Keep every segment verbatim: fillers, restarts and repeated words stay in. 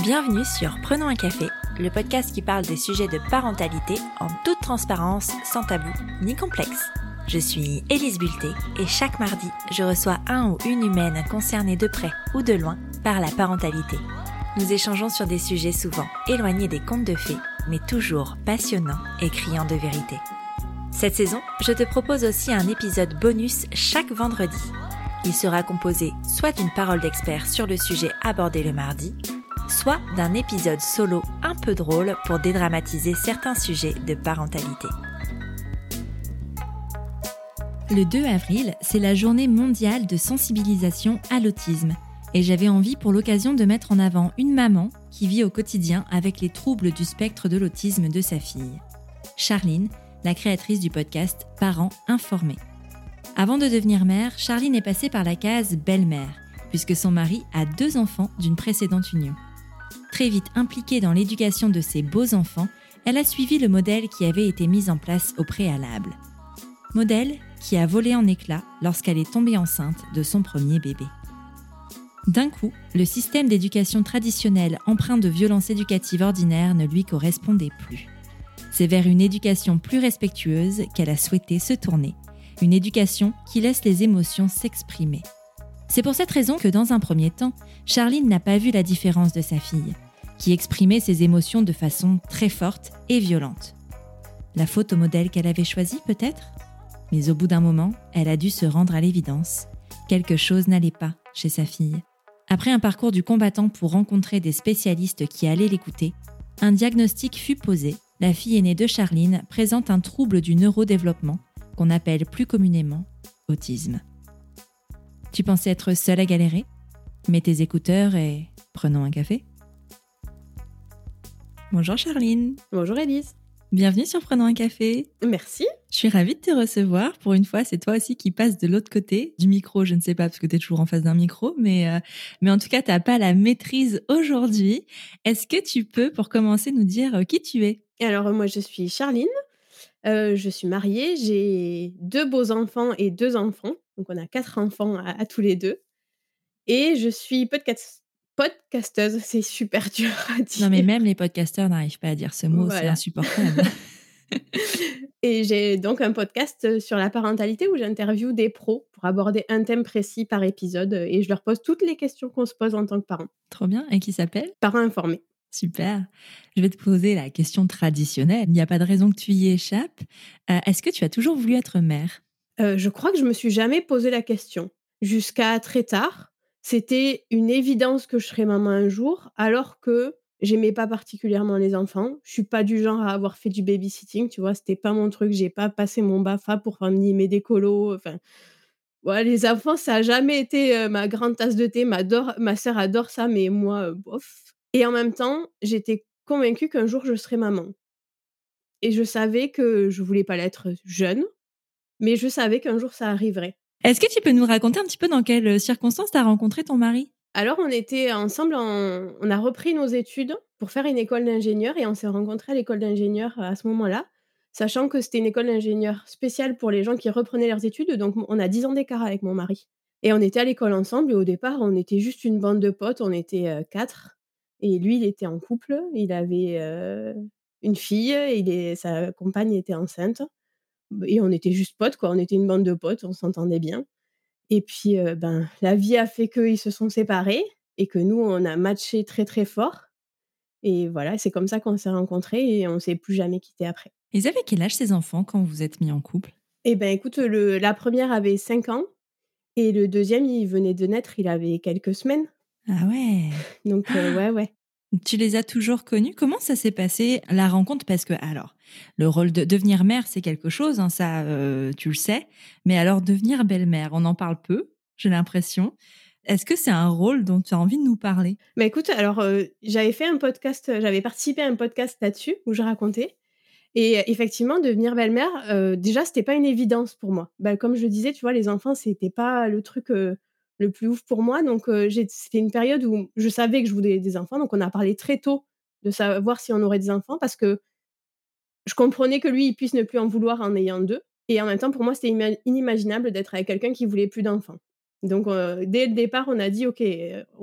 Bienvenue sur Prenons un café, le podcast qui parle des sujets de parentalité en toute transparence, sans tabou ni complexe. Je suis Élise Bulté et chaque mardi, je reçois un ou une humaine concernée de près ou de loin par la parentalité. Nous échangeons sur des sujets souvent éloignés des contes de fées, mais toujours passionnants et criants de vérité. Cette saison, je te propose aussi un épisode bonus chaque vendredi. Il sera composé soit d'une parole d'expert sur le sujet abordé le mardi, soit d'un épisode solo un peu drôle pour dédramatiser certains sujets de parentalité. Le deux avril, c'est la journée mondiale de sensibilisation à l'autisme. Et j'avais envie pour l'occasion de mettre en avant une maman qui vit au quotidien avec les troubles du spectre de l'autisme de sa fille. Charline, la créatrice du podcast Parents informés. Avant de devenir mère, Charline est passée par la case belle-mère, puisque son mari a deux enfants d'une précédente union. Très vite impliquée dans l'éducation de ses beaux enfants, elle a suivi le modèle qui avait été mis en place au préalable. Modèle qui a volé en éclats lorsqu'elle est tombée enceinte de son premier bébé. D'un coup, le système d'éducation traditionnel empreint de violences éducatives ordinaires ne lui correspondait plus. C'est vers une éducation plus respectueuse qu'elle a souhaité se tourner, une éducation qui laisse les émotions s'exprimer. C'est pour cette raison que dans un premier temps, Charline n'a pas vu la différence de sa fille, qui exprimait ses émotions de façon très forte et violente. La faute au modèle qu'elle avait choisi peut-être ? Mais au bout d'un moment, elle a dû se rendre à l'évidence. Quelque chose n'allait pas chez sa fille. Après un parcours du combattant pour rencontrer des spécialistes qui allaient l'écouter, un diagnostic fut posé. La fille aînée de Charline présente un trouble du neurodéveloppement qu'on appelle plus communément autisme. Tu pensais être seule à galérer ? Mets tes écouteurs et prenons un café. Bonjour Charline. Bonjour Élise. Bienvenue sur Prenons un café. Merci. Je suis ravie de te recevoir. Pour une fois, c'est toi aussi qui passes de l'autre côté du micro. Je ne sais pas parce que tu es toujours en face d'un micro, mais, euh, mais en tout cas, tu n'as pas la maîtrise aujourd'hui. Est-ce que tu peux, pour commencer, nous dire euh, qui tu es ? Alors, moi, je suis Charline. Euh, je suis mariée. J'ai deux beaux enfants et deux enfants. Donc, on a quatre enfants à, à tous les deux. Et je suis podcast... podcasteuse. C'est super dur à dire. Non, mais même les podcasteurs n'arrivent pas à dire ce mot. Voilà. C'est insupportable. Et j'ai donc un podcast sur la parentalité où j'interviewe des pros pour aborder un thème précis par épisode et je leur pose toutes les questions qu'on se pose en tant que parent. Trop bien. Et qui s'appelle ? Parents informés. Super. Je vais te poser la question traditionnelle. Il n'y a pas de raison que tu y échappes. Euh, est-ce que tu as toujours voulu être mère ? euh, Je crois que je me suis jamais posé la question. Jusqu'à très tard, c'était une évidence que je serais maman un jour, alors que j'aimais pas particulièrement les enfants. Je suis pas du genre à avoir fait du babysitting, tu vois, c'était pas mon truc. J'ai pas passé mon BAFA pour animer des colos. Enfin, ouais, les enfants, ça a jamais été euh, ma grande tasse de thé. Ma, dor- ma sœur adore ça, mais moi, euh, bof. Et en même temps, j'étais convaincue qu'un jour, je serais maman. Et je savais que je voulais pas l'être jeune, mais je savais qu'un jour, ça arriverait. Est-ce que tu peux nous raconter un petit peu dans quelles circonstances tu as rencontré ton mari ? Alors, on était ensemble, en... on a repris nos études pour faire une école d'ingénieur et on s'est rencontrés à l'école d'ingénieur à ce moment-là, sachant que c'était une école d'ingénieur spéciale pour les gens qui reprenaient leurs études, donc on a dix ans d'écart avec mon mari. Et on était à l'école ensemble et au départ, on était juste une bande de potes, on était euh, quatre. Et lui, il était en couple, il avait euh, une fille et il est... sa compagne était enceinte. Et on était juste potes, quoi, on était une bande de potes, on s'entendait bien. Et puis, heu, ben, la vie a fait qu'ils se sont séparés et que nous, on a matché très, très fort et voilà, c'est comme ça qu'on s'est rencontrés et on s'est plus jamais quittés après. Ils avaient quel âge ces enfants quand vous êtes mis en couple ? Et ben, écoute, le la première avait cinq ans et le deuxième, il venait de naître, il avait quelques semaines. Ah ouais. Donc heu, ouais, ouais. Tu les as toujours connus ? Comment ça s'est passé, la rencontre ? Parce que, alors, le rôle de devenir mère, c'est quelque chose, hein, ça, euh, tu le sais. Mais alors, devenir belle-mère, on en parle peu, j'ai l'impression. Est-ce que c'est un rôle dont tu as envie de nous parler ? Bah, écoute, alors, heu, j'avais fait un podcast, heu, j'avais participé à un podcast là-dessus où je racontais et heu, effectivement, devenir belle-mère, heu, déjà, c'était pas une évidence pour moi. Bah, comme je le disais, tu vois, les enfants, c'était pas le truc, heu, le plus ouf pour moi donc heu, j'ai c'était une période où je savais que je voulais des enfants donc on a parlé très tôt de savoir si on aurait des enfants parce que je comprenais que lui, il puisse ne plus en vouloir en ayant deux et en même temps, pour moi, c'était ima inimaginable d'être avec quelqu'un qui voulait plus d'enfants. Donc heu, dès le départ, on a dit: «OK, heu, on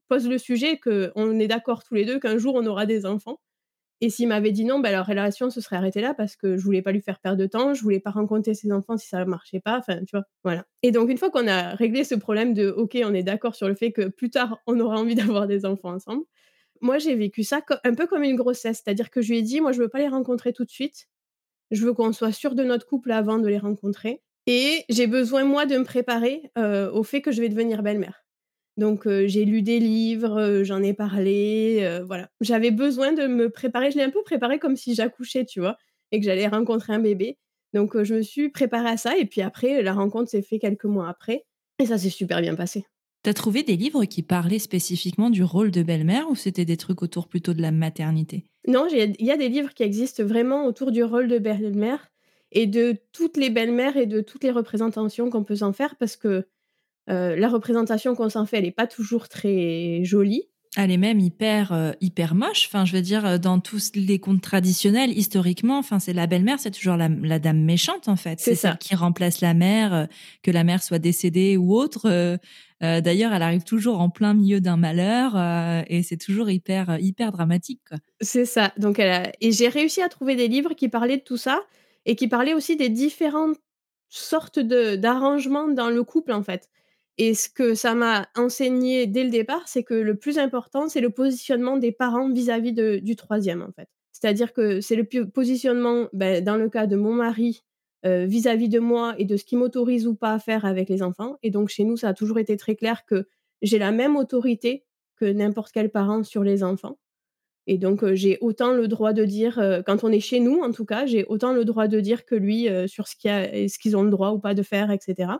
pose le sujet, qu'on est d'accord tous les deux qu'un jour on aura des enfants et s'il m'avait dit non, bah, la relation se serait arrêtée là parce que je voulais pas lui faire perdre de temps, je voulais pas rencontrer ses enfants si ça marchait pas, enfin, tu vois? Voilà et donc une fois qu'on a réglé ce problème de OK, on est d'accord sur le fait que plus tard, on aura envie d'avoir des enfants ensemble. Moi, j'ai vécu ça co un peu comme une grossesse, c'est-à-dire que je lui ai dit: «Moi, je veux pas les rencontrer tout de suite. Je veux qu'on soit sûr de notre couple avant de les rencontrer et j'ai besoin moi de me préparer, heu, au fait que je vais devenir belle-mère». Donc heu, j'ai lu des livres, heu, j'en ai parlé, heu, voilà. J'avais besoin de me préparer, je l'ai un peu préparé comme si j'accouchais, tu vois? Et que j'allais rencontrer un bébé. Donc heu, je me suis préparée à ça et puis après, la rencontre s'est fait quelques mois après et ça s'est super bien passé. T'as trouvé des livres qui parlaient spécifiquement du rôle de belle-mère ou c'était des trucs autour plutôt de la maternité? Non, j'ai il y a des livres qui existent vraiment autour du rôle de belle-mère et de toutes les belles-mères et de toutes les représentations qu'on peut s'en faire parce que, heu, la représentation qu'on s'en fait, elle est pas toujours très jolie. Elle est même hyper, heu, hyper moche. Enfin, je veux dire, heu, dans tous les contes traditionnels, historiquement, enfin, c'est la belle-mère, c'est toujours la la dame méchante, en fait. C'est C'est celle ça. qui remplace la mère, heu, que la mère soit décédée ou autre, heu heu, d'ailleurs, elle arrive toujours en plein milieu d'un malheur, heu et c'est toujours hyper, hyper dramatique, quoi. C'est ça, donc elle a et j'ai réussi à trouver des livres qui parlaient de tout ça et qui parlaient aussi des différentes sortes de d'arrangements dans le couple, en fait et ce que ça m'a enseigné dès le départ, c'est que le plus important, c'est le positionnement des parents vis-à-vis de du troisième, en fait. C'est-à-dire que c'est le pu positionnement, bah, dans le cas de mon mari, heu, vis-à-vis de moi et de ce qu'il m'autorise ou pas à faire avec les enfants et donc chez nous, ça a toujours été très clair que j'ai la même autorité que n'importe quel parent sur les enfants et donc, heu, j'ai autant le droit de dire, heu, quand on est chez nous en tout cas, j'ai autant le droit de dire que lui, heu, sur ce qu'il y a et ce qu'ils ont le droit ou pas de faire et cetera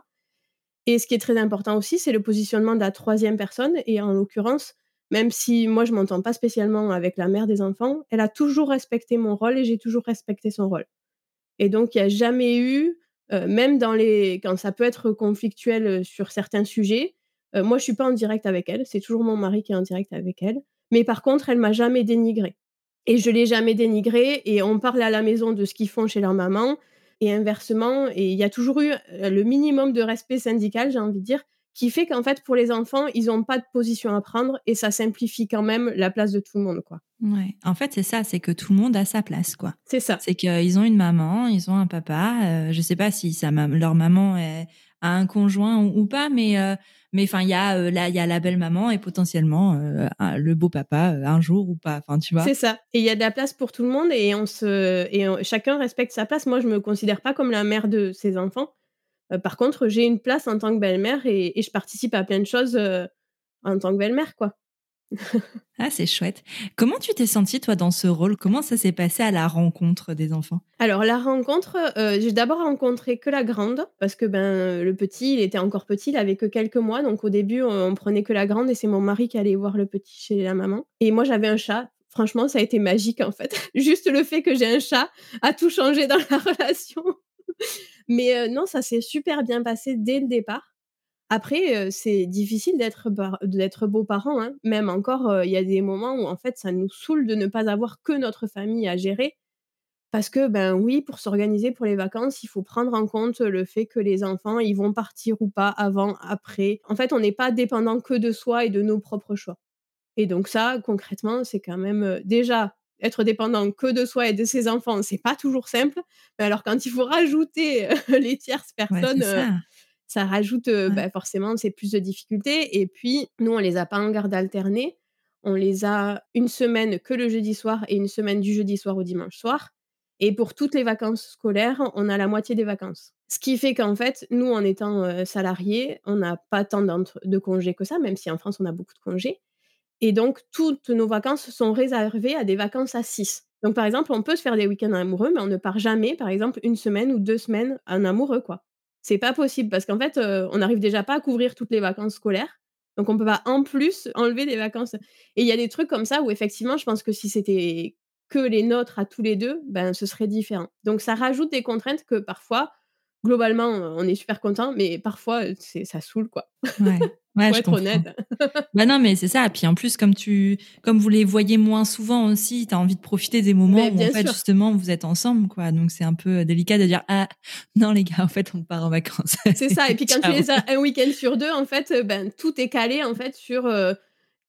et ce qui est très important aussi, c'est le positionnement de la troisième personne et en l'occurrence, même si moi je m'entends pas spécialement avec la mère des enfants, elle a toujours respecté mon rôle et j'ai toujours respecté son rôle et donc il y a jamais eu, heu, même dans les quand ça peut être conflictuel, heu, sur certains sujets, heu, moi je suis pas en direct avec elle, c'est toujours mon mari qui est en direct avec elle, mais par contre elle m'a jamais dénigrée et je l'ai jamais dénigrée et on parle à la maison de ce qu'ils font chez leur maman et inversement et il y a toujours eu, heu, le minimum de respect syndical, j'ai envie de dire, qui fait qu'en fait pour les enfants, ils ont pas de position à prendre et ça simplifie quand même la place de tout le monde, quoi. Ouais, en fait, c'est ça, c'est que tout le monde a sa place, quoi. C'est ça. C'est qu'ils ont une maman, ils ont un papa, heu, je sais pas si sa mam leur maman est a un conjoint ou ou pas, mais heu, mais enfin, il y a, heu, la il y a la belle-maman et potentiellement, heu, un le beau papa, heu, un jour ou pas, enfin, tu vois? C'est ça et il y a de la place pour tout le monde et on se et on chacun respecte sa place. Moi, je me considère pas comme la mère de ses enfants. Heu, par contre, j'ai une place en tant que belle-mère et et je participe à plein de choses, heu, en tant que belle-mère, quoi. Ah, c'est chouette. Comment tu t'es sentie, toi, dans ce rôle? Comment ça s'est passé à la rencontre des enfants? Alors la rencontre, heu, j'ai d'abord rencontré que la grande parce que, ben, le petit, il était encore petit, il avait que quelques mois donc au début, on on prenait que la grande et c'est mon mari qui allait voir le petit chez la maman et moi j'avais un chat. Franchement, ça a été magique, en fait. Juste le fait que j'ai un chat a tout changé dans la relation. Mais heu, non, ça s'est super bien passé dès le départ. Après, heu, c'est difficile d'être par d'être beaux-parents, hein. Même encore, heu, il y a des moments où en fait ça nous saoule de ne pas avoir que notre famille à gérer. Parce que, ben, oui, pour s'organiser pour les vacances, il faut prendre en compte le fait que les enfants, ils vont partir ou pas avant, après. En fait, on n'est pas dépendant que de soi et de nos propres choix. Et donc ça, concrètement, c'est quand même, heu, déjà, être dépendant que de soi et de ses enfants, c'est pas toujours simple. Mais alors quand il faut rajouter, heu, les tierces Ouais, c'est personnes, heu, ça. ça rajoute, heu, Ouais. bah, forcément, c'est plus de difficultés et puis nous, on les a pas en garde alternée. On les a une semaine que le jeudi soir et une semaine du jeudi soir au dimanche soir et pour toutes les vacances scolaires, on a la moitié des vacances. Ce qui fait qu'en fait, nous, en étant, heu, salariés, on n'a pas tant d'entre de congés que ça, même si en France, on a beaucoup de congés et donc toutes nos vacances sont réservées à des vacances à six. Donc par exemple, on peut se faire des week-ends amoureux, mais on ne part jamais, par exemple, une semaine ou deux semaines en amoureux, quoi. C'est pas possible parce qu'en fait, heu, on n'arrive déjà pas à couvrir toutes les vacances scolaires, donc on peut pas en plus enlever des vacances et il y a des trucs comme ça où effectivement, je pense que si c'était que les nôtres à tous les deux, ben, ce serait différent. Donc ça rajoute des contraintes que parfois, globalement, heu, on est super contents, mais parfois, heu, c'est ça saoule, quoi. Ouais. Ouais, Faut je être comprends. honnête. Bah, non, mais c'est ça. Puis en plus, comme tu comme vous les voyez moins souvent aussi, tu as envie de profiter des moments Beh, où en bien fait, sûr. justement, vous êtes ensemble, quoi. Donc c'est un peu, heu, délicat de dire: «Ah non les gars, en fait, on part en vacances. C'est ça et puis quand tu Ciao». les as un week-end sur deux, en fait, heu, ben, tout est calé, en fait, sur, heu,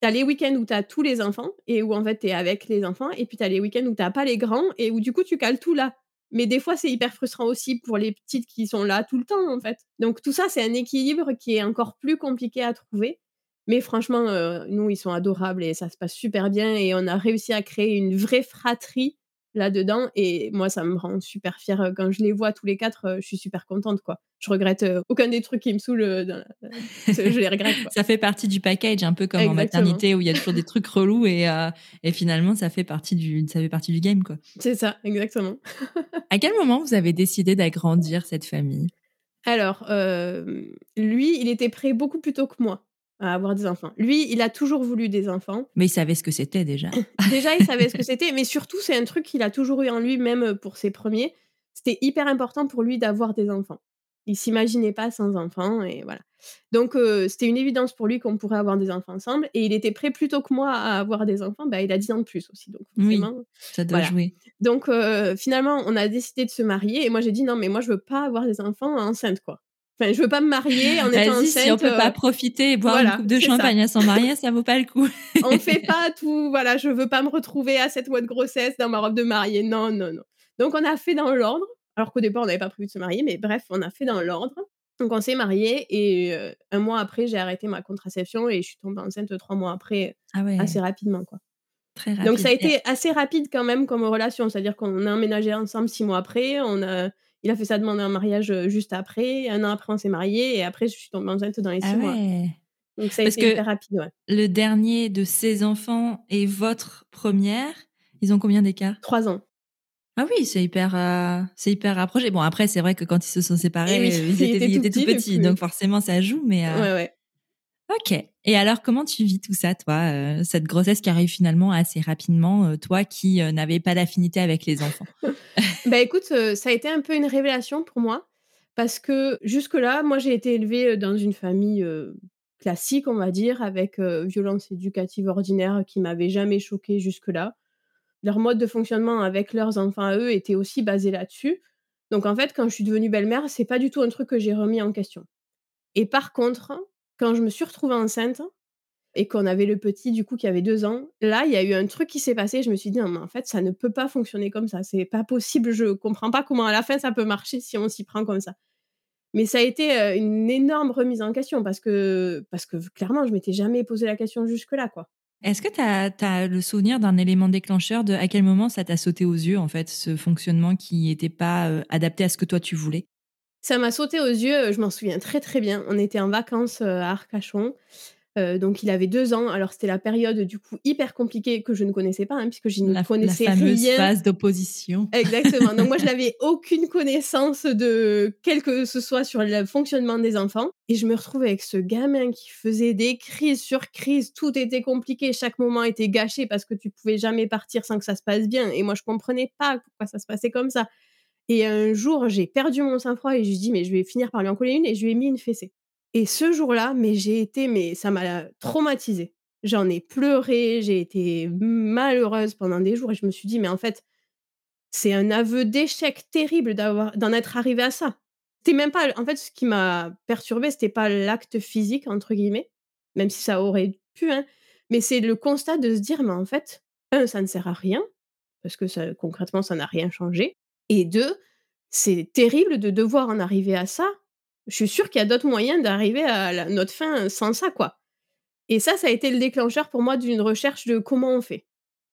Tu as les week-ends où tu as tous les enfants et où en fait, tu es avec les enfants et puis tu as les week-ends où tu as pas les grands et où du coup, tu cales tout là. Mais des fois, c'est hyper frustrant aussi pour les petites qui sont là tout le temps, en fait. Donc tout ça, c'est un équilibre qui est encore plus compliqué à trouver. Mais franchement, heu, nous, ils sont adorables et ça se passe super bien et on a réussi à créer une vraie fratrie là-dedans et moi, ça me rend super fière, heu, quand je les vois tous les quatre, heu, je suis super contente, quoi. Je regrette, heu, aucun des trucs qui me saoulent, heu, dans ce je les regrette, quoi. Ça fait partie du package, un peu comme en Exactement. maternité où il y a toujours des trucs relous et heu et finalement ça fait partie du ça fait partie du game, quoi. C'est ça, exactement. À quel moment vous avez décidé d'agrandir cette famille? Alors, hem, lui, il était prêt beaucoup plus tôt que moi à avoir des enfants. Lui, il a toujours voulu des enfants. Mais il savait ce que c'était déjà. Déjà, il savait ce que c'était, mais surtout, c'est un truc qu'il a toujours eu en lui, même, heu, pour ses premiers. C'était hyper important pour lui d'avoir des enfants. Il s'imaginait pas sans enfants et voilà. Donc heu, c'était une évidence pour lui qu'on pourrait avoir des enfants ensemble et il était prêt plus tôt que moi à avoir des enfants. Bah, il a dix ans de plus aussi, donc Oui, forcément, ça doit voilà. jouer. Donc heu, finalement, on a décidé de se marier et moi j'ai dit: «Non, mais moi je veux pas avoir des enfants enceinte, quoi. Enfin, je veux pas me marier en étant Vas-y, si on enceinte, peut pas heu» profiter et boire une voilà, coupe de c'est ça. champagne à son mariage, ça vaut pas le coup. On fait pas tout voilà, je veux pas me retrouver à sept mois de grossesse dans ma robe de mariée. Non, non, non. Donc on a fait dans l'ordre, alors qu'au départ on n'avait pas prévu de se marier, mais bref, on a fait dans l'ordre. Donc on s'est mariés et heu, un mois après, j'ai arrêté ma contraception et je suis tombée enceinte trois mois après, Ah assez ouais, rapidement, quoi. très Donc ça rapide a et été assez rapide quand même comme relation, c'est-à-dire qu'on a emménagé ensemble six mois après, on a il a fait sa demande en mariage, heu, juste après, un an après on s'est mariés et après je suis tombée enceinte dans les ah six mois. ouais, Donc ça a parce été que hyper rapide, ouais. le dernier de ses enfants et votre première, ils ont combien d'écart? trois ans. Ah oui, c'est hyper, heu, c'est hyper rapproché. Bon après, c'est vrai que quand ils se sont Et oui, séparés, heu, ils il étaient était ils tout étaient tout petit, du petits, coup, donc forcément ça joue, mais heu, ouais, ouais. OK. Et alors comment tu vis tout ça toi, heu, cette grossesse qui arrive finalement assez rapidement, heu, toi qui, heu, n'avais pas d'affinité avec les enfants? Bah, écoute, heu, ça a été un peu une révélation pour moi parce que jusque-là, moi, j'ai été élevée, heu, dans une famille, heu, classique, on va dire, avec, heu, violence éducative ordinaire qui m'avait jamais choquée jusque-là. Leur mode de fonctionnement avec leurs enfants à eux était aussi basé là-dessus. Donc en fait, quand je suis devenue belle-mère, c'est pas du tout un truc que j'ai remis en question. Et par contre, quand je me suis retrouvée enceinte et qu'on avait le petit du coup qui avait deux ans, là, il y a eu un truc qui s'est passé, je me suis dit: «Non mais en fait, ça ne peut pas fonctionner comme ça, c'est pas possible, je comprends pas comment à la fin ça peut marcher si on s'y prend comme ça». Mais ça a été, heu, une énorme remise en question parce que parce que clairement, je m'étais jamais posé la question jusque-là, quoi. Est-ce que tu as le souvenir d'un élément déclencheur de à quel moment ça t'a sauté aux yeux en fait, ce fonctionnement qui était pas, heu, adapté à ce que toi tu voulais? Ça m'a sauté aux yeux, heu, je m'en souviens très, très bien. On était en vacances, heu, à Arcachon. Heu, donc il avait deux ans, alors c'était la période du coup hyper compliquée que je ne connaissais pas, hein, puisque je n'y La la connaissais fameuse rien. phase d'opposition. Exactement, donc moi je n'avais aucune connaissance de quel que ce soit sur le fonctionnement des enfants et je me retrouvais avec ce gamin qui faisait des crises sur crises, tout était compliqué, chaque moment était gâché parce que tu pouvais jamais partir sans que ça se passe bien et moi je comprenais pas pourquoi ça se passait comme ça et un jour, j'ai perdu mon sang-froid et je lui dis: «Mais je vais finir par lui en coller une» et je lui ai mis une fessée. Et ce jour-là, mais j'ai été mais ça m'a traumatisée. J'en ai pleuré, j'ai été malheureuse pendant des jours et je me suis dit: «Mais en fait, c'est un aveu d'échec terrible d'avoir d'en être arrivée à ça». C'était même pas en fait, ce qui m'a perturbée, c'était pas «l'acte physique» entre guillemets, même si ça aurait pu, hein, mais c'est le constat de se dire: «Mais en fait, un ça ne sert à rien, parce que ça concrètement, ça n'a rien changé et deux c'est terrible de devoir en arriver à ça. Je suis sûre qu'il y a d'autres moyens d'arriver à la notre fin sans ça, quoi» et ça, ça a été le déclencheur pour moi d'une recherche de comment on fait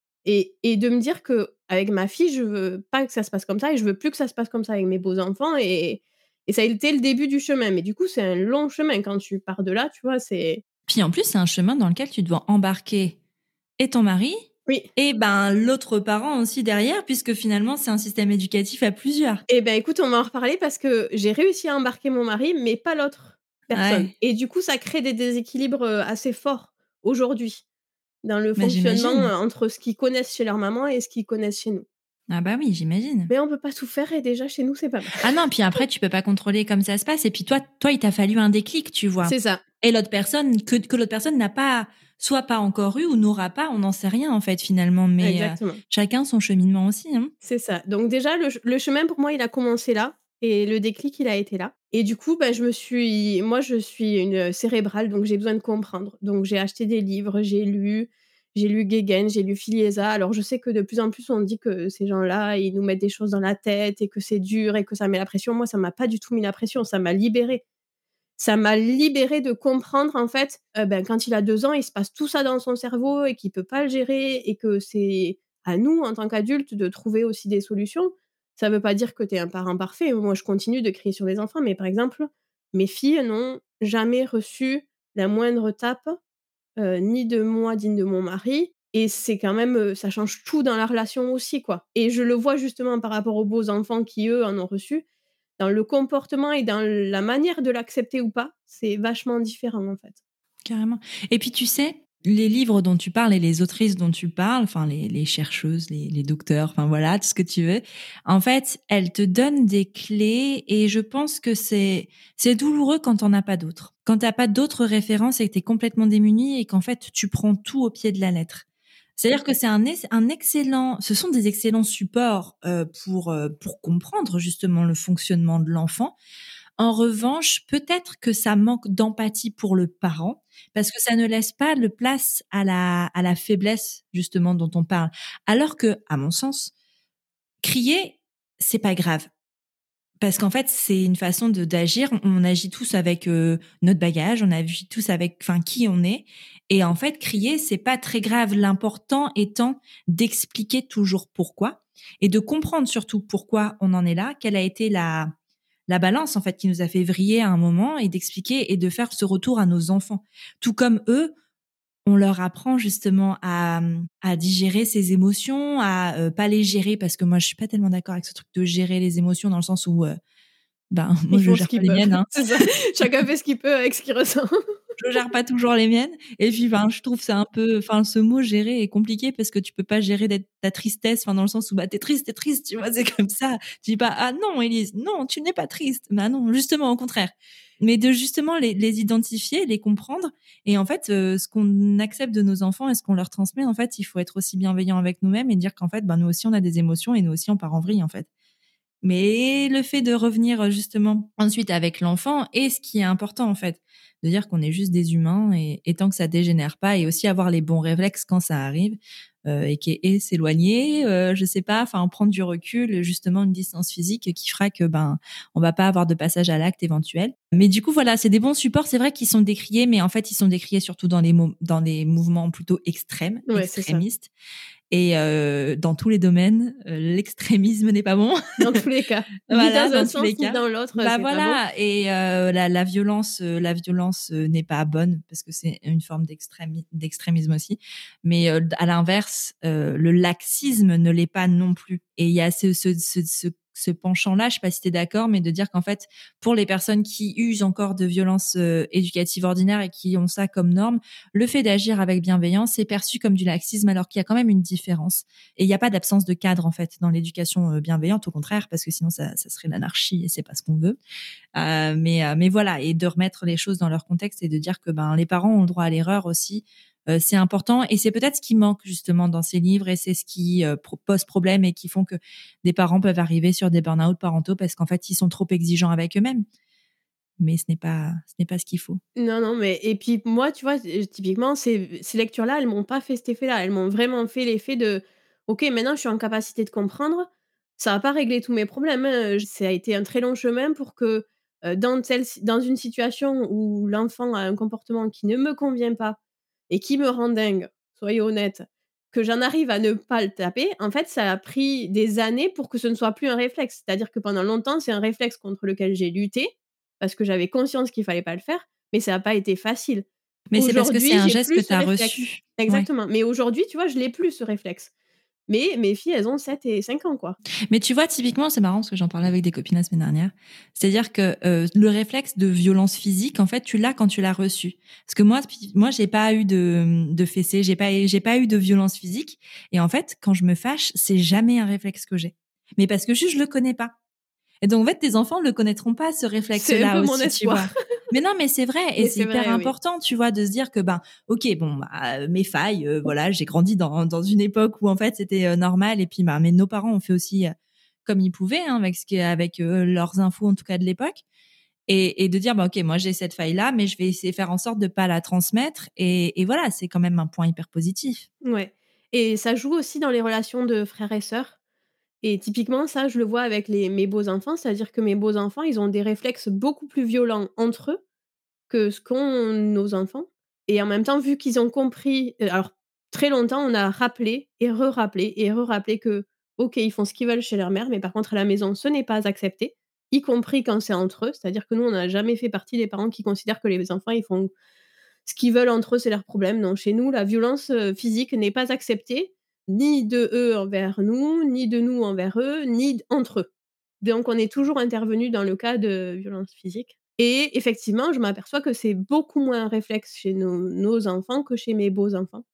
et et de me dire qu'avec ma fille, je veux pas que ça se passe comme ça et je veux plus que ça se passe comme ça avec mes beaux enfants et et ça a été le début du chemin mais du coup, c'est un long chemin quand tu pars de là, tu vois? C'est Puis en plus, c'est un chemin dans lequel tu dois embarquer et ton mari oui. et ben, l'autre parent aussi derrière puisque finalement c'est un système éducatif à plusieurs. Et ben, écoute, on va en reparler parce que j'ai réussi à embarquer mon mari, mais pas l'autre personne Ouais, et du coup, ça crée des déséquilibres, heu, assez forts aujourd'hui dans le bah, fonctionnement, j'imagine. heu, entre ce qu'ils connaissent chez leur maman et ce qu'ils connaissent chez nous. Ah bah oui, j'imagine. Mais on peut pas tout faire et déjà chez nous, c'est pas mal. Ah non, puis après tu peux pas contrôler comme ça se passe et puis toi toi, il t'a fallu un déclic, tu vois? C'est ça, Et l'autre personne que que l'autre personne n'a pas soit pas encore eu ou n'aura pas, on n'en sait rien en fait finalement, mais heu, exactement. chacun son cheminement aussi, hein. C'est ça. Donc déjà le ch le chemin pour moi, il a commencé là et le déclic, il a été là et du coup, bah, je me suis moi, je suis une cérébrale, donc j'ai besoin de comprendre. Donc j'ai acheté des livres, j'ai lu, j'ai lu Guéguen, j'ai lu Filiéza. Alors je sais que de plus en plus, on dit que ces gens-là, ils nous mettent des choses dans la tête et que c'est dur et que ça met la pression. Moi, ça m'a pas du tout mis la pression, ça m'a libérée. Ça m'a libérée de comprendre, en fait, heu, ben, quand il a deux ans, il se passe tout ça dans son cerveau et qu'il peut pas le gérer et que c'est à nous, en tant qu'adultes, de trouver aussi des solutions. Ça veut pas dire que tu es un parent parfait. Moi, je continue de crier sur les enfants, mais par exemple, mes filles n'ont jamais reçu la moindre tape, heu, ni de moi, ni de mon mari et c'est quand même, heu, ça change tout dans la relation aussi, quoi et je le vois justement par rapport aux beaux enfants qui, eux, en ont reçu. Dans le comportement et dans la manière de l'accepter ou pas, c'est vachement différent, en fait. Carrément. Et puis tu sais, les livres dont tu parles et les autrices dont tu parles, enfin les, les chercheuses, les, les docteurs, enfin voilà, tout ce que tu veux, en fait, elles te donnent des clés et je pense que c'est c'est douloureux quand t'en as pas d'autres. Quand t'as pas d'autres références et que t'es complètement démuni et qu'en fait tu prends tout au pied de la lettre. C'est-à-dire que c'est un, ex- un excellent, ce sont des excellents supports euh, pour euh, pour comprendre justement le fonctionnement de l'enfant. En revanche, peut-être que ça manque d'empathie pour le parent parce que ça ne laisse pas de place à la à la faiblesse justement dont on parle. Alors que, à mon sens, crier, c'est pas grave. Parce qu'en fait, c'est une façon de d'agir. On agit tous avec euh, notre bagage, on agit tous avec, enfin, qui on est. Et en fait, crier, c'est pas très grave. L'important étant d'expliquer toujours pourquoi et de comprendre surtout pourquoi on en est là, quelle a été la la balance en fait qui nous a fait vriller à un moment et d'expliquer et de faire ce retour à nos enfants. Tout comme eux, on leur apprend justement à, à digérer ces émotions, à euh, pas les gérer parce que moi je suis pas tellement d'accord avec ce truc de gérer les émotions dans le sens où euh, ben moi Ils je font ce gère pas qu'ils les peuvent, miennes, hein. c'est ça. Chacun fait ce qu'il peut avec ce qu'il ressent. Je gère pas toujours les miennes et puis ben je trouve c'est un peu enfin ce mot gérer est compliqué parce que tu peux pas gérer d'être- ta tristesse enfin dans le sens où bah t'es triste t'es triste tu vois c'est comme ça tu dis pas ah non Élise non tu n'es pas triste bah non justement au contraire mais de justement les, les identifier les comprendre et en fait euh, ce qu'on accepte de nos enfants et ce qu'on leur transmet en fait il faut être aussi bienveillant avec nous-mêmes et dire qu'en fait ben nous aussi on a des émotions et nous aussi on part en vrille en fait mais le fait de revenir justement ensuite avec l'enfant est ce qui est important en fait, de dire qu'on est juste des humains et, et tant que ça dégénère pas et aussi avoir les bons réflexes quand ça arrive euh, et, qui- et s'éloigner, euh, je sais pas, enfin prendre du recul, justement une distance physique qui fera que ben on va pas avoir de passage à l'acte éventuel. Mais du coup voilà, c'est des bons supports, c'est vrai qu'ils sont décriés, mais en fait ils sont décriés surtout dans les mo- dans les mouvements plutôt extrêmes, Ouais, c'est ça. extrémistes. Et euh, dans tous les domaines, euh, l'extrémisme n'est pas bon. Dans tous les cas. Ni Voilà, dans un dans tous les sens, ni cas. dans l'autre, Bah c'est pas bon. voilà, et euh, la, la violence, euh, la violence euh, n'est pas bonne parce que c'est une forme d'extrémi- d'extrémisme aussi. Mais euh, à l'inverse, euh, le laxisme ne l'est pas non plus. Et il y a ce, ce, ce, ce, ce penchant-là, je sais pas si t'es d'accord, mais de dire qu'en fait, pour les personnes qui usent encore de violences euh, éducatives ordinaires et qui ont ça comme norme, le fait d'agir avec bienveillance est perçu comme du laxisme alors qu'il y a quand même une différence. Et il n'y a pas d'absence de cadre en fait dans l'éducation euh, bienveillante, au contraire, parce que sinon ça, ça serait l'anarchie et c'est pas ce qu'on veut. Euh, mais euh, mais voilà, et de remettre les choses dans leur contexte et de dire que ben les parents ont le droit à l'erreur aussi. Euh, c'est important et c'est peut-être ce qui manque justement dans ces livres et c'est ce qui euh, pro- pose problème et qui font que des parents peuvent arriver sur des burn-out parentaux parce qu'en fait ils sont trop exigeants avec eux-mêmes. Mais ce n'est pas ce n'est pas ce qu'il faut. Non, non, mais et puis moi, tu vois, heu, typiquement, ces ces lectures-là, elles m'ont pas fait cet effet-là. Elles m'ont vraiment fait l'effet de: «OK, maintenant je suis en capacité de comprendre». Ça va pas régler tous mes problèmes, hein, heu, ça a été un très long chemin pour que, heu, dans telle si dans une situation où l'enfant a un comportement qui ne me convient pas et qui me rend dingue, soyons honnêtes, que j'en arrive à ne pas le taper, en fait, ça a pris des années pour que ce ne soit plus un réflexe. C'est-à-dire que pendant longtemps, c'est un réflexe contre lequel j'ai lutté parce que j'avais conscience qu'il fallait pas le faire, mais ça a pas été facile. Mais c'est parce que c'est Aujourd'hui, un j'ai geste que plus tu ce as réflexe. reçu. Ouais. Exactement, mais aujourd'hui, tu vois, je l'ai plus ce réflexe. Mais mes filles, elles ont sept et cinq ans, quoi. Mais tu vois, typiquement, c'est marrant parce que j'en parlais avec des copines la semaine dernière. C'est-à-dire que euh, le réflexe de violence physique, en fait, tu l'as quand tu l'as reçu. Parce que moi, moi, j'ai pas eu de de fessée, j'ai pas j'ai pas eu de violence physique. Et en fait, quand je me fâche, c'est jamais un réflexe que j'ai. Mais parce que juste je le connais pas. Et donc, en fait, tes enfants ne le connaîtront pas, ce C'est un réflexe-là peu mon aussi, tu espoir. vois. Mais non, mais c'est vrai, et Mais c'est c'est hyper vrai, oui. important, tu vois, de se dire que, ben, ok, bon, bah, euh, mes failles, euh, voilà, j'ai grandi dans, dans une époque où, en fait, c'était euh, normal, et puis, bah, mais nos parents ont fait aussi euh, comme ils pouvaient, hein, avec ce qui avec euh, leurs infos en tout cas de l'époque, et, et de dire bah ok, moi j'ai cette faille là, mais je vais essayer de faire en sorte de pas la transmettre, et, et voilà, c'est quand même un point hyper positif. Ouais, et ça joue aussi dans les relations de frères et sœurs. Et typiquement, ça, je le vois avec les mes beaux-enfants, c'est-à-dire que mes beaux-enfants, ils ont des réflexes beaucoup plus violents entre eux que ce qu'ont nos enfants, et en même temps, vu qu'ils ont compris, heu, alors très longtemps, on a rappelé et re-rappelé et re-rappelé que, OK, ils font ce qu'ils veulent chez leur mère, mais par contre à la maison, ce n'est pas accepté, y compris quand c'est entre eux. C'est-à-dire que nous, on n'a jamais fait partie des parents qui considèrent que les enfants, ils font ce qu'ils veulent entre eux, c'est leur problème. Non, chez nous, la violence, heu, physique n'est pas acceptée, ni de eux envers nous, ni de nous envers eux, ni d entre eux. Donc on est toujours intervenus dans le cas de violence physique, et effectivement, je m'aperçois que c'est beaucoup moins un réflexe chez nos nos enfants que chez mes beaux-enfants.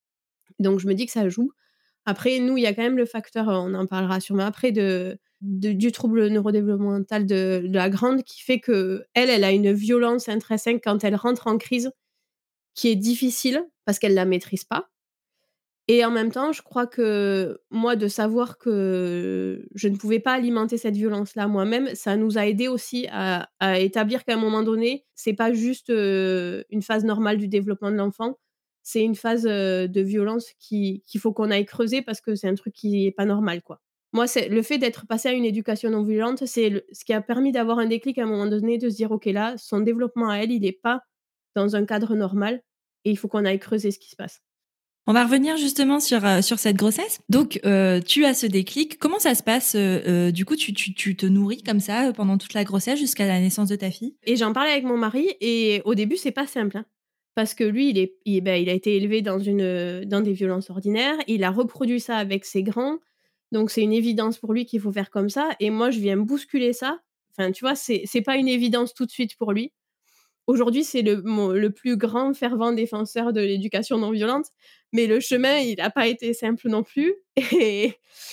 Donc je me dis que ça joue. Après nous, il y a quand même le facteur, heu, on en parlera sûrement après, de de du trouble neurodéveloppemental de de la grande, qui fait qu'elle, elle a une violence intrinsèque quand elle rentre en crise, qui est difficile parce qu'elle la maîtrise pas, et en même temps, je crois que moi, de savoir que je ne pouvais pas alimenter cette violence-là moi-même, ça nous a aidés aussi à à établir qu'à un moment donné, c'est pas juste, heu, une phase normale du développement de l'enfant, c'est une phase, heu, de violence qui qu'il faut qu'on aille creuser parce que c'est un truc qui est pas normal, quoi. Moi, c'est le fait d'être passée à une éducation non violente, c'est le ce qui a permis d'avoir un déclic à un moment donné, de se dire: «OK, là, son développement à elle, il est pas dans un cadre normal et il faut qu'on aille creuser ce qui se passe». On va revenir justement sur euh, sur cette grossesse. Donc, euh, tu as ce déclic. Comment ça se passe euh, euh, Du coup, tu, tu, tu te nourris comme ça euh, pendant toute la grossesse jusqu'à la naissance de ta fille? Et j'en parlais avec mon mari, et au début, c'est pas simple, hein, parce que lui, il est il bah, il a été élevé dans une, heu, dans des violences ordinaires. Il a reproduit ça avec ses grands, donc c'est une évidence pour lui qu'il faut faire comme ça, et moi, je viens bousculer ça. Enfin, tu vois, c'est c'est pas une évidence tout de suite pour lui. Aujourd'hui, c'est le mon le plus grand fervent défenseur de l'éducation non violente, mais le chemin, il a pas été simple non plus, et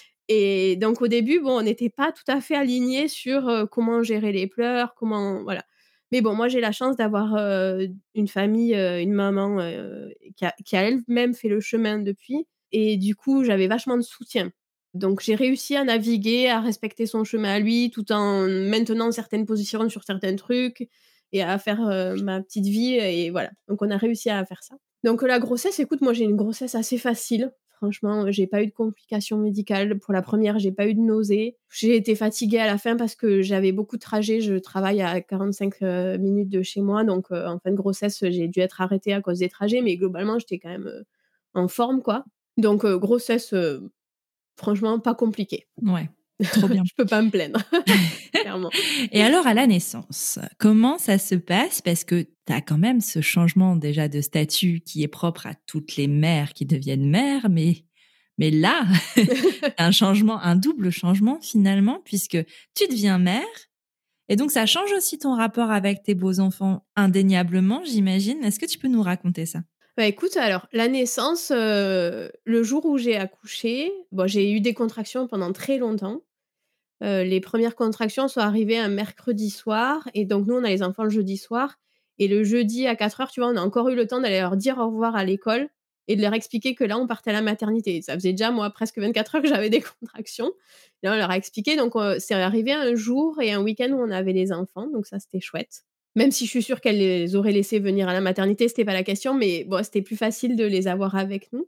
et donc au début, bon, on n'était pas tout à fait alignés sur, heu, comment gérer les pleurs, comment voilà. Mais bon, moi j'ai la chance d'avoir, heu, une famille, heu, une maman, heu, qui a qui a elle-même fait le chemin depuis, et du coup, j'avais vachement de soutien. Donc j'ai réussi à naviguer, à respecter son chemin à lui, tout en maintenant certaines positions sur certains trucs, et à faire, heu, ma petite vie, et voilà. Donc on a réussi à faire ça. Donc la grossesse, écoute, moi j'ai une grossesse assez facile. Franchement, j'ai pas eu de complications médicales. Pour la première, j'ai pas eu de nausées. J'ai été fatiguée à la fin parce que j'avais beaucoup de trajets. Je travaille à quarante-cinq, heu, minutes de chez moi, donc heu, en fin de grossesse, j'ai dû être arrêtée à cause des trajets, mais globalement, j'étais quand même, heu, en forme, quoi. Donc heu, grossesse, heu, franchement pas compliquée. Ouais, trop bien. Je peux pas me plaindre, clairement. Et alors, à la naissance, comment ça se passe? Parce que tu as quand même ce changement déjà de statut qui est propre à toutes les mères qui deviennent mères, mais, mais là, un changement, un double changement finalement, puisque tu deviens mère. Et donc, ça change aussi ton rapport avec tes beaux-enfants indéniablement, j'imagine. Est-ce que tu peux nous raconter ça? Bah, écoute, alors la naissance, heu, le jour où j'ai accouché, bon, j'ai eu des contractions pendant très longtemps. Heu, les premières contractions sont arrivées un mercredi soir, et donc nous, on a les enfants le jeudi soir, et le jeudi à quatre heures, tu vois, on a encore eu le temps d'aller leur dire au revoir à l'école et de leur expliquer que là, on partait à la maternité. Ça faisait déjà, moi, presque vingt-quatre heures que j'avais des contractions. Là, on leur a expliqué, donc heu, c'est arrivé un jour et un week-end où on avait les enfants, donc ça, c'était chouette. Même si je suis sûre qu'elles les auraient laissés venir à la maternité, c'était pas la question, mais bon, c'était plus facile de les avoir avec nous,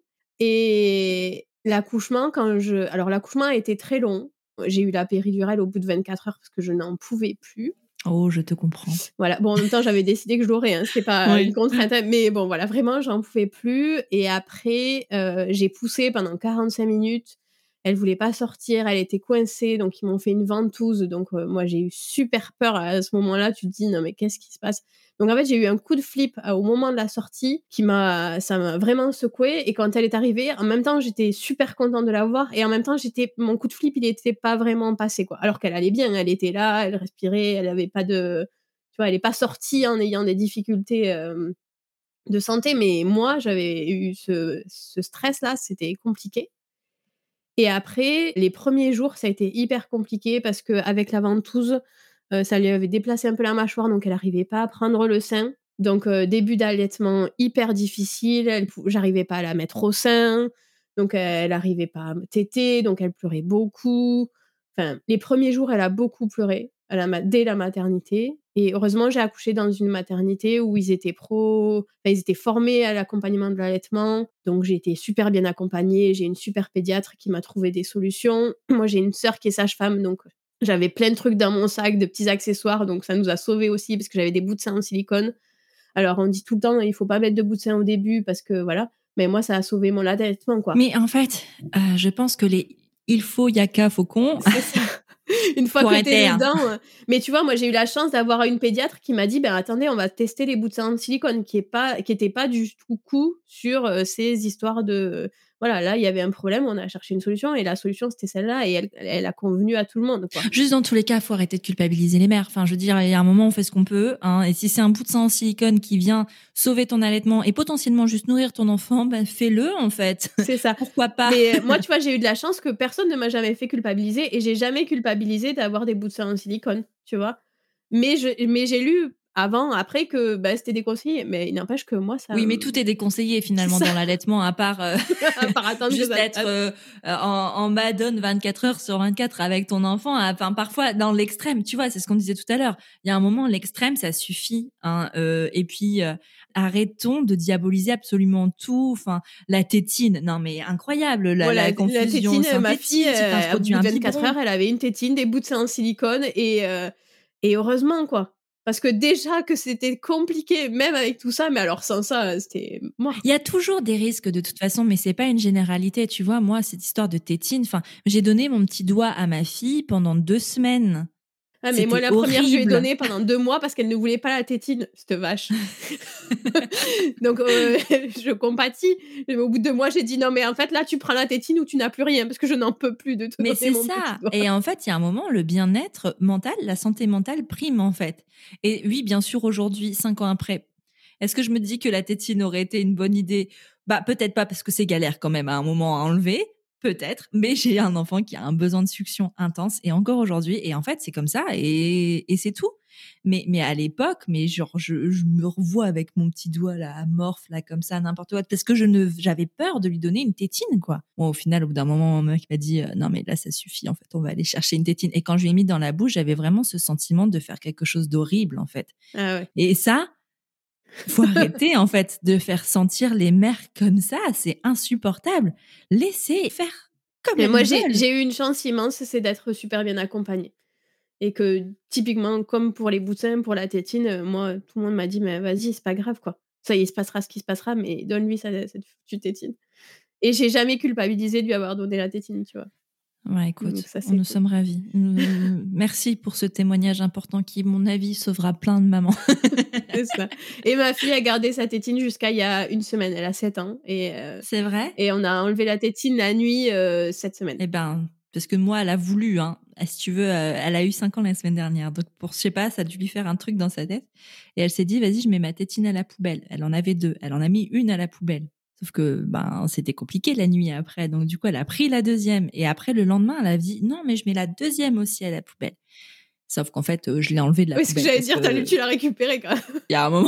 et l'accouchement, quand je alors l'accouchement a été très long. J'ai eu la péridurale au bout de vingt-quatre heures parce que je n'en pouvais plus. Oh, je te comprends. Voilà, bon, en même temps, j'avais décidé que je l'aurais, hein, c'était pas une Oui. contrainte, hein, mais bon, voilà, vraiment, j'en pouvais plus, et après, heu, j'ai poussé pendant quarante-cinq minutes. Elle voulait pas sortir, elle était coincée, donc ils m'ont fait une ventouse, donc heu, moi, j'ai eu super peur à ce moment-là. Tu te dis: «Non, mais qu'est-ce qui se passe?» Donc en fait, j'ai eu un coup de flip, heu, au moment de la sortie qui m'a ça m'a vraiment secouée, et quand elle est arrivée, en même temps, j'étais super contente de la voir, et en même temps, j'étais mon coup de flip, il était pas vraiment passé, quoi. Alors qu'elle allait bien, elle était là, elle respirait, elle avait pas de tu vois, elle est pas sortie en ayant des difficultés, hem, de santé, mais moi, j'avais eu ce ce stress-là, c'était compliqué, et après, les premiers jours, ça a été hyper compliqué parce qu'avec la ventouse, heu, ça lui avait déplacé un peu la mâchoire, donc elle arrivait pas à prendre le sein. Donc heu, début d'allaitement hyper difficile, elle pou j'arrivais pas à la mettre au sein, donc elle arrivait pas à me téter, donc elle pleurait beaucoup. Enfin, les premiers jours, elle a beaucoup pleuré, à la ma dès la maternité et heureusement, j'ai accouché dans une maternité où ils étaient pro enfin, ils étaient formés à l'accompagnement de l'allaitement, donc j'ai été super bien accompagnée. J'ai une super pédiatre qui m'a trouvé des solutions. Moi, j'ai une sœur qui est sage-femme, donc j'avais plein de trucs dans mon sac, de petits accessoires, donc ça nous a sauvés aussi parce que j'avais des bouts de sein en silicone. Alors on dit tout le temps: «Il faut pas mettre de bouts de sein au début» parce que voilà, mais moi, ça a sauvé mon allaitement, quoi. Mais en fait, heu, je pense que les il faut, il y a qu'à, faut qu'on C'est ça. Une fois faut que tu arrêter, es hein. dedans, heu mais tu vois, moi, j'ai eu la chance d'avoir une pédiatre qui m'a dit: «Ben, attendez, on va tester les bouts de sein en silicone», qui est pas qui était pas du tout coup sur, heu, ces histoires de voilà, là, il y avait un problème, on a cherché une solution et la solution, c'était celle-là et elle elle a convenu à tout le monde, quoi. Juste dans tous les cas, faut arrêter de culpabiliser les mères. Enfin, je veux dire, il y a un moment, on fait ce qu'on peut, hein, et si c'est un bout de sein en silicone qui vient sauver ton allaitement et potentiellement juste nourrir ton enfant, bah, fais-le, en fait. C'est ça. Pourquoi pas? Mais, heu, moi, tu vois, j'ai eu de la chance que personne ne m'a jamais fait culpabiliser et j'ai jamais culpabilisé d'avoir des bouts de sein en silicone, tu vois? Mais je mais j'ai lu avant, après que, bah, c'était déconseillé, mais il n'empêche que moi, ça Oui, mais m tout est déconseillé c'est finalement ça. dans l'allaitement à part, heu, À part attendre que juste ça se être, passe. heu, en en madone vingt-quatre heures sur vingt-quatre avec ton enfant. Enfin, parfois dans l'extrême, tu vois? C'est ce qu'on disait tout à l'heure. Il y a un moment, l'extrême, ça suffit, hein, heu et puis, heu, arrêtons de diaboliser absolument tout. Enfin, la tétine, non mais incroyable la Moi, la la la confusion tétine, ma fille, heu, synthétique, tu à t'introduis bout un de vingt-quatre biberon. heures, elle avait une tétine, des bouts de sein en silicone et heu et heureusement, quoi. Parce que déjà que c'était compliqué, même avec tout ça, mais alors sans ça, heu, c'était mort, Il y quoi. a toujours des risques de toute façon, mais c'est pas une généralité. Tu vois, moi, cette histoire de tétine, enfin, j'ai donné mon petit doigt à ma fille pendant deux semaines. Ah mais moi C'était la première je lui ai horrible. donné pendant deux mois parce qu'elle ne voulait pas la tétine, cette vache. Donc heu, je compatis, mais au bout de deux mois, j'ai dit: «Non mais en fait là, tu prends la tétine ou tu n'as plus rien parce que je n'en peux plus de te Mais donner c'est mon petit ça doigt». et en fait, il y a un moment, le bien-être mental, la santé mentale prime, en fait et oui, bien sûr, aujourd'hui, cinq ans après, est-ce que je me dis que la tétine aurait été une bonne idée? Bah, peut-être pas parce que c'est galère quand même à un moment à enlever, peut-être, mais j'ai un enfant qui a un besoin de succion intense et encore aujourd'hui et en fait, c'est comme ça et et c'est tout. Mais mais à l'époque, mais genre je je me revois avec mon petit doigt là, amorphe là, comme ça, n'importe quoi, parce que je ne j'avais peur de lui donner une tétine, quoi. Bon, au final, au bout d'un moment, mon mec m'a dit: «Heu, non mais là, ça suffit, en fait, on va aller chercher une tétine» et quand je lui ai mis dans la bouche, j'avais vraiment ce sentiment de faire quelque chose d'horrible, en fait Ah ouais. et ça, faut arrêter, en fait, de faire sentir les mères comme ça, c'est insupportable. Laissez faire comme Mais moi, elles j'ai veulent. j'ai eu une chance immense, c'est d'être super bien accompagnée et que typiquement, comme pour les bouts de sein, pour la tétine, heu, moi, tout le monde m'a dit: «Mais vas-y, c'est pas grave, quoi. Ça, il se passera ce qui se passera, mais donne-lui sa cette foutue tétine» et j'ai jamais culpabilisé de lui avoir donné la tétine, tu vois? Ouais, Donc écoute, ça, on c'est nous cool. sommes ravis. Heu, merci pour ce témoignage important qui, à mon avis, sauvera plein de mamans. C'est ça et ma fille a gardé sa tétine jusqu'à il y a une semaine. Elle a sept ans et heu C'est vrai? et on a enlevé la tétine la nuit, heu, cette semaine. Eh ben, parce que moi, elle a voulu, hein. Ah, si tu veux, heu, elle a eu cinq ans la semaine dernière, donc pour je sais pas, ça a dû lui faire un truc dans sa tête et elle s'est dit: «Vas-y, je mets ma tétine à la poubelle». Elle en avait deux. Elle en a mis une à la poubelle. Sauf que, ben, c'était compliqué la nuit après, donc du coup, elle a pris la deuxième et après le lendemain, elle a dit: «Non, mais je mets la deuxième aussi à la poubelle». Sauf qu'en fait, heu, je l'ai enlevée de la Oui, ce que poubelle j'allais parce dire, tu as que tu l'as récupérée, quoi. il y a un moment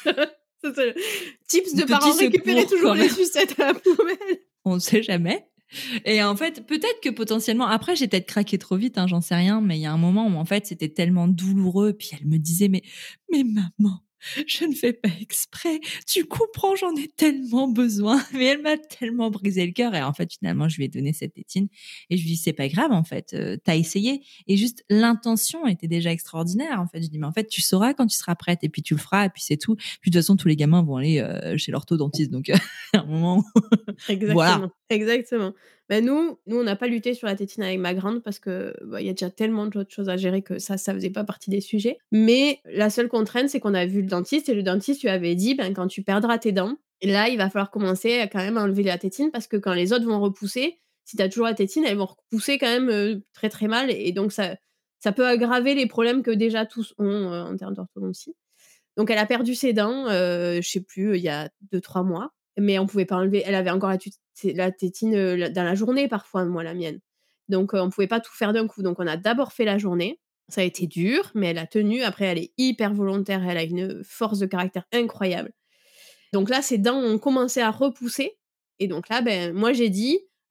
Ça, c'est tips de petit parents, récupérez secours toujours quand les même, sucettes à la poubelle. on ne sait jamais. Et en fait, peut-être que potentiellement après j'ai peut-être craqué trop vite, hein, j'en sais rien, mais il y a un moment où en fait c'était tellement douloureux, puis elle me disait: «Mais mais maman, je ne fais pas exprès, tu comprends, j'en ai tellement besoin». Mais elle m'a tellement brisé le cœur et en fait finalement je lui ai donné cette tétine et je lui dis: «C'est pas grave en fait, heu, tu as essayé» et juste l'intention était déjà extraordinaire en fait. Je dis: «Mais en fait tu sauras quand tu seras prête et puis tu le feras et puis c'est tout». Puis de toute façon tous les gamins vont aller, heu, chez l'orthodontiste donc heu, à un moment voilà. Exactement, exactement. Bah, nous nous, on n'a pas lutté sur la tétine avec ma grande parce que, bah, il y a déjà tellement d'autres choses à gérer que ça, ça faisait pas partie des sujets. Mais la seule contrainte, c'est qu'on a vu le dentiste et le dentiste lui avait dit: «Ben, quand tu perdras tes dents, là, il va falloir commencer à quand même enlever la tétine parce que quand les autres vont repousser, si tu as toujours la tétine, elles vont repousser quand même, heu, très, très mal et donc ça ça peut aggraver les problèmes que déjà tous ont, heu, en termes d'orthodontie». Donc elle a perdu ses dents, heu, je sais plus, il y a deux trois mois, mais on pouvait pas enlever elle avait encore la tut la tétine, heu, la dans la journée parfois, moi, la mienne. Donc heu, on pouvait pas tout faire d'un coup. Donc on a d'abord fait la journée. Ça a été dur, mais elle a tenu. Après, elle est hyper volontaire, elle a une force de caractère incroyable. Donc là, ses dents ont commencé à repousser et donc là, ben, moi, j'ai dit: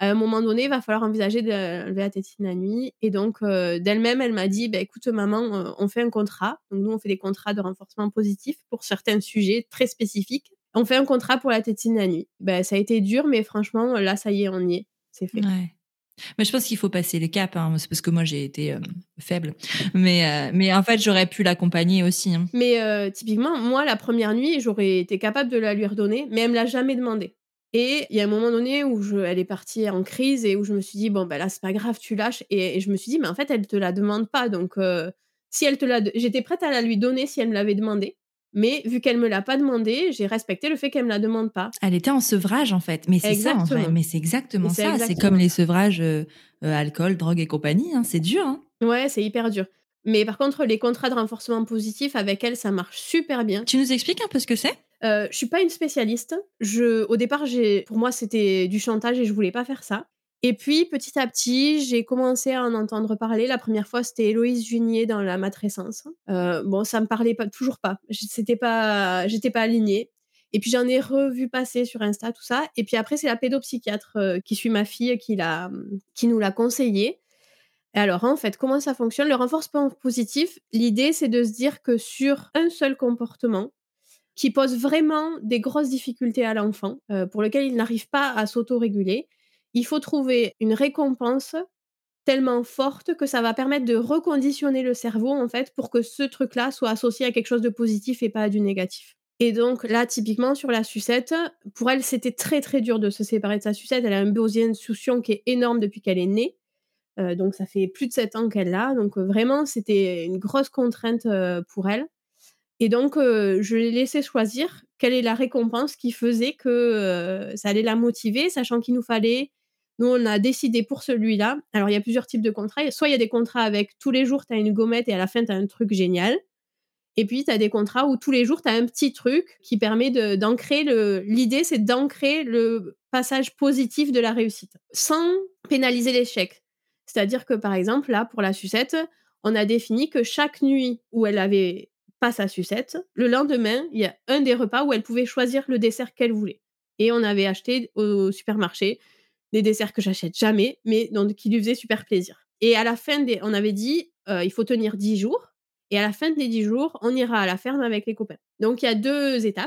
à un moment donné, il va falloir envisager d'enlever la tétine la nuit et donc heu, d'elle-même, elle m'a dit: «Bah, écoute maman, heu, on fait un contrat». Donc nous, on fait des contrats de renforcement positif pour certains sujets très spécifiques. On fait un contrat pour la tétine la nuit. Bah, ça a été dur, mais franchement, là, ça y est, on y est, c'est fait. Ouais. Mais je pense qu'il faut passer les caps, hein. C'est parce que moi j'ai été, hem, faible. Mais heu, mais en fait, j'aurais pu l'accompagner aussi, hein. Mais heu, typiquement, moi, la première nuit, j'aurais été capable de la lui redonner, mais elle me l'a jamais demandé et il y a un moment donné où je elle est partie en crise et où je me suis dit: «Bon, bah, là, c'est pas grave, tu lâches» et et je me suis dit: «Mais en fait, elle te la demande pas donc heu, si elle te l'a de» j'étais prête à la lui donner si elle me l'avait demandé, mais vu qu'elle me l'a pas demandé, j'ai respecté le fait qu'elle me la demande pas. Elle était en sevrage, en fait. Mais c'est ça, en vrai. Exactement Mais c'est et exactement c'est ça. C'est comme exactement les ça. sevrages, heu heu, alcool, drogue et compagnie, hein. C'est dur, hein. Ouais, c'est hyper dur. Mais par contre, les contrats de renforcement positif avec elle, ça marche super bien. Tu nous expliques un peu ce que c'est? Heu, je suis pas une spécialiste. Je au départ, j'ai pour moi, c'était du chantage et je voulais pas faire ça et puis, petit à petit, j'ai commencé à en entendre parler. La première fois, c'était Héloïse Junier dans la matrescence. Heu, bon, ça me parlait pas toujours pas. J c'était pas j'étais pas alignée et puis j'en ai revu passer sur Insta, tout ça et puis après, c'est la pédopsychiatre, heu, qui suit ma fille qui l'a, mmh, qui nous l'a conseillé et alors, en fait, comment ça fonctionne? Le renforcement positif, l'idée, c'est de se dire que sur un seul comportement qui pose vraiment des grosses difficultés à l'enfant, heu, pour lequel il n'arrive pas à s'autoréguler. Il faut trouver une récompense tellement forte que ça va permettre de reconditionner le cerveau, en fait, pour que ce truc-là soit associé à quelque chose de positif et pas à du négatif. Et donc là, typiquement sur la sucette, pour elle, c'était très, très dur de se séparer de sa sucette. Elle a un besoin de succion qui est énorme depuis qu'elle est née, heu, donc ça fait plus de sept ans qu'elle l'a, donc heu, vraiment, c'était une grosse contrainte, heu, pour elle. Et donc, heu, je l'ai laissée choisir quelle est la récompense qui faisait que, heu, ça allait la motiver, sachant qu'il nous fallait nous, on a décidé pour celui-là alors il y a plusieurs types de contrats. Soit il y a des contrats avec tous les jours, tu as une gommette et à la fin, tu as un truc génial. Et puis, tu as des contrats où tous les jours, tu as un petit truc qui permet de d'ancrer le l'idée, c'est d'ancrer le passage positif de la réussite, sans pénaliser l'échec. C'est-à-dire que, par exemple, là, pour la sucette, on a défini que chaque nuit où elle avait pas sa sucette, le lendemain, il y a un des repas où elle pouvait choisir le dessert qu'elle voulait. Et on avait acheté au supermarché des desserts que j'achète jamais, mais donc qui lui faisaient super plaisir. Et à la fin des on avait dit, heu, il faut tenir dix jours et à la fin des dix jours, on ira à la ferme avec les copains. Donc il y a deux étapes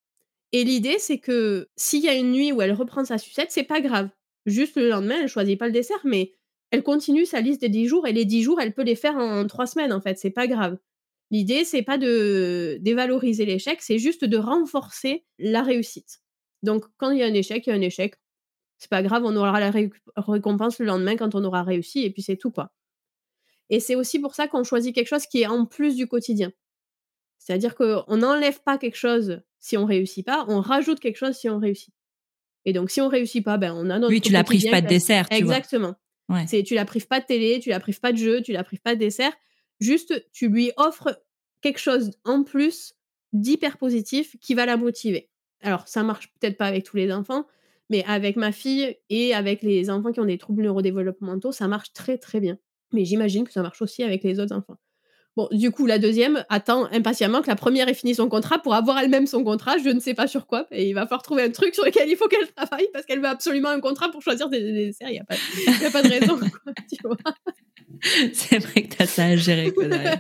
et l'idée, c'est que s'il y a une nuit où elle reprend sa sucette, c'est pas grave. Juste le lendemain, elle choisit pas le dessert, mais elle continue sa liste des dix jours et les dix jours, elle peut les faire en trois semaines, en fait, c'est pas grave. L'idée, c'est pas de dévaloriser l'échec, c'est juste de renforcer la réussite. Donc quand il y a un échec, il y a un échec. C'est pas grave, on aura la récup récompense le lendemain quand on aura réussi et puis c'est tout, quoi. Et c'est aussi pour ça qu'on choisit quelque chose qui est en plus du quotidien. C'est-à-dire qu'on n'enlève pas quelque chose si on réussit pas, on rajoute quelque chose si on réussit. Et donc si on réussit pas, ben, on a Oui, notre tu la prives quotidien pas de classique. dessert, tu vois? Exactement. Ouais. C'est tu la prives pas de télé, tu la prives pas de jeux, tu la prives pas de dessert, juste tu lui offres quelque chose en plus d'hyper positif qui va la motiver. Alors ça marche peut-être pas avec tous les enfants, mais avec ma fille et avec les enfants qui ont des troubles neurodéveloppementaux, ça marche très, très bien. Mais j'imagine que ça marche aussi avec les autres enfants. Bon, du coup, la deuxième attend impatiemment que la première ait fini son contrat pour avoir elle-même son contrat, je ne sais pas sur quoi et il va falloir trouver un truc sur lequel il faut qu'elle travaille parce qu'elle veut absolument un contrat pour choisir des des desserts, il y a pas il y a pas de raison quoi, tu vois? C'est vrai que tu as ça à gérer, quoi, derrière.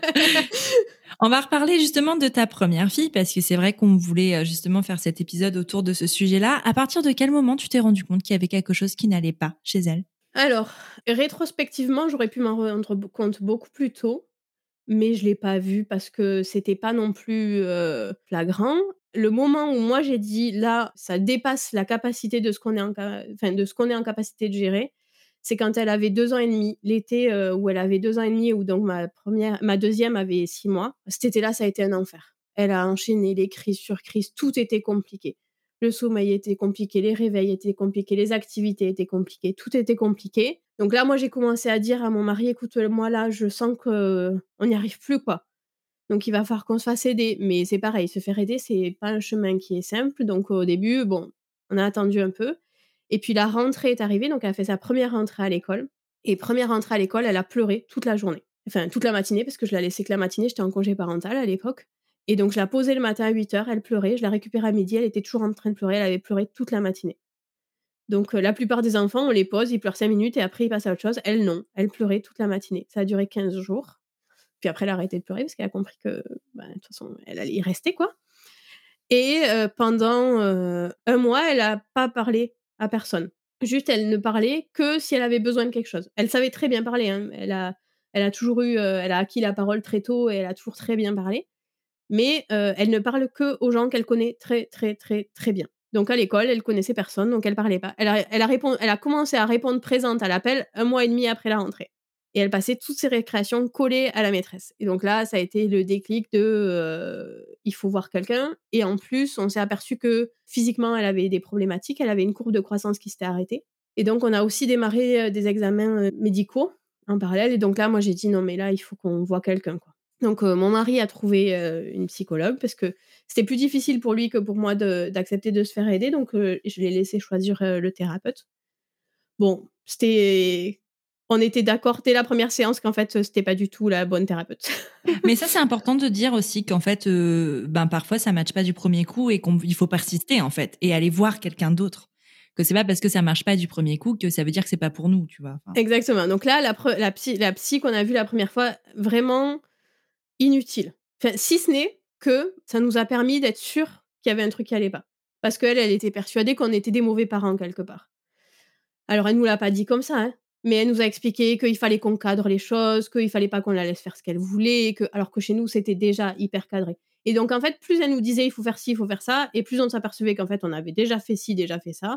On va reparler justement de ta première fille parce que c'est vrai qu'on voulait, heu, justement faire cet épisode autour de ce sujet-là. À partir de quel moment tu t'es rendu compte qu'il y avait quelque chose qui n'allait pas chez elle? Alors, rétrospectivement, j'aurais pu m'en rendre b compte beaucoup plus tôt, mais je l'ai pas vu parce que c'était pas non plus, heu, flagrant. Le moment où moi j'ai dit: «Là, ça dépasse la capacité de ce qu'on est en ca enfin de ce qu'on est en capacité de gérer», c'est quand elle avait deux ans et demi. L'été, heu, où elle avait deux ans et demi, où donc ma première, ma deuxième avait six mois. Cet été-là, ça a été un enfer. Elle a enchaîné les crises sur crises, tout était compliqué. Le sommeil était compliqué, les réveils étaient compliqués, les activités étaient compliquées, tout était compliqué. Donc là, moi, j'ai commencé à dire à mon mari: «Écoute, heu, moi là, je sens qu'on n'y arrive plus, quoi. Donc il va falloir qu'on se fasse aider». Mais c'est pareil, se faire aider, c'est pas un chemin qui est simple. Donc au début, bon, on a attendu un peu et puis la rentrée est arrivée, donc elle a fait sa première rentrée à l'école et première rentrée à l'école, elle a pleuré toute la journée. Enfin, toute la matinée parce que je la laissais que la matinée, j'étais en congé parental à l'époque et donc je la posais le matin à huit heures, elle pleurait, je la récupérais à midi, elle était toujours en train de pleurer, elle avait pleuré toute la matinée. Donc, heu, la plupart des enfants, on les pose, ils pleurent cinq minutes et après ils passent à autre chose. Elle, non, elle pleurait toute la matinée. Ça a duré quinze jours. Puis après, elle a arrêté de pleurer parce qu'elle a compris que, bah, de toute façon, elle allait y rester, quoi. Et heu, pendant, heu, un mois, elle a pas parlé à personne. Juste, elle ne parlait que si elle avait besoin de quelque chose. Elle savait très bien parler, hein. Elle a elle a toujours eu, heu, elle a acquis la parole très tôt et elle a toujours très bien parlé. Mais, heu, elle ne parle qu'aux gens qu'elle connaît très, très, très, très bien. Donc à l'école, elle connaissait personne, donc elle parlait pas. Elle a elle a répon elle a commencé à répondre présente à l'appel un mois et demi après la rentrée et elle passait toutes ses récréations collées à la maîtresse et donc là, ça a été le déclic de, heu, il faut voir quelqu'un et en plus, on s'est aperçu que physiquement, elle avait des problématiques. Elle avait une courbe de croissance qui s'était arrêtée et donc on a aussi démarré, heu, des examens, heu, médicaux en parallèle et donc là, moi, j'ai dit: «Non mais là, il faut qu'on voit quelqu'un, quoi». Donc, heu, mon mari a trouvé, heu, une psychologue parce que c'était plus difficile pour lui que pour moi de d'accepter de se faire aider donc, heu, je l'ai laissé choisir, heu, le thérapeute. Bon, c'était on était d'accord dès la première séance qu'en fait, heu, c'était pas du tout la bonne thérapeute. Mais ça, c'est important de dire aussi qu'en fait, heu, ben, parfois ça matche pas du premier coup et qu'on il faut persister, en fait et aller voir quelqu'un d'autre. Que c'est pas parce que ça marche pas du premier coup que ça veut dire que c'est pas pour nous, tu vois? Enfin, Exactement, donc là, la pre la psy la psy qu'on a vue la première fois, vraiment inutile. Enfin, si ce n'est que ça nous a permis d'être sûrs qu'il y avait un truc qui allait pas. Parce qu'elle, elle était persuadée qu'on était des mauvais parents quelque part. Alors elle nous l'a pas dit comme ça, hein, mais elle nous a expliqué qu'il fallait qu'on cadre les choses, qu'il fallait pas qu'on la laisse faire ce qu'elle voulait, que alors que chez nous, c'était déjà hyper cadré et donc en fait, plus elle nous disait: «Il faut faire ci, il faut faire ça» et plus on s'apercevait qu'en fait, on avait déjà fait ci, déjà fait ça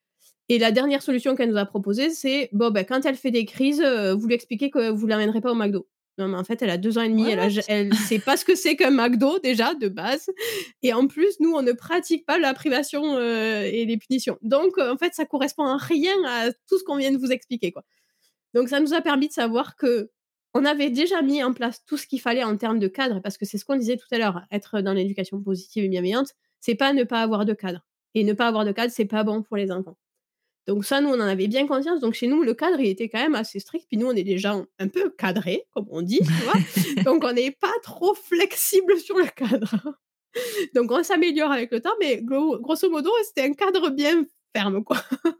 et la dernière solution qu'elle nous a proposée, c'est: «Bon, bah, quand elle fait des crises, heu, vous lui expliquez que vous l'emmènerez pas au McDo». Non, mais en fait, elle a deux ans et demi, elle a ja what? elle sait pas ce que c'est qu'un McDo déjà de base et en plus, nous, on ne pratique pas la privation, heu et les punitions. Donc heu, en fait, ça correspond en rien à tout ce qu'on vient de vous expliquer, quoi. Donc ça nous a permis de savoir qu'on avait déjà mis en place tout ce qu'il fallait en termes de cadre, parce que c'est ce qu'on disait tout à l'heure, être dans l'éducation positive et bienveillante, c'est pas ne pas avoir de cadre et ne pas avoir de cadre, c'est pas bon pour les enfants. Donc ça, nous, on en avait bien conscience. Donc chez nous, le cadre, il était quand même assez strict. Puis nous, on est des gens un peu cadrés, comme on dit, tu vois? Donc on n'est pas trop flexible sur le cadre. Donc on s'améliore avec le temps, mais glo grosso modo, c'était un cadre bien ferme, quoi.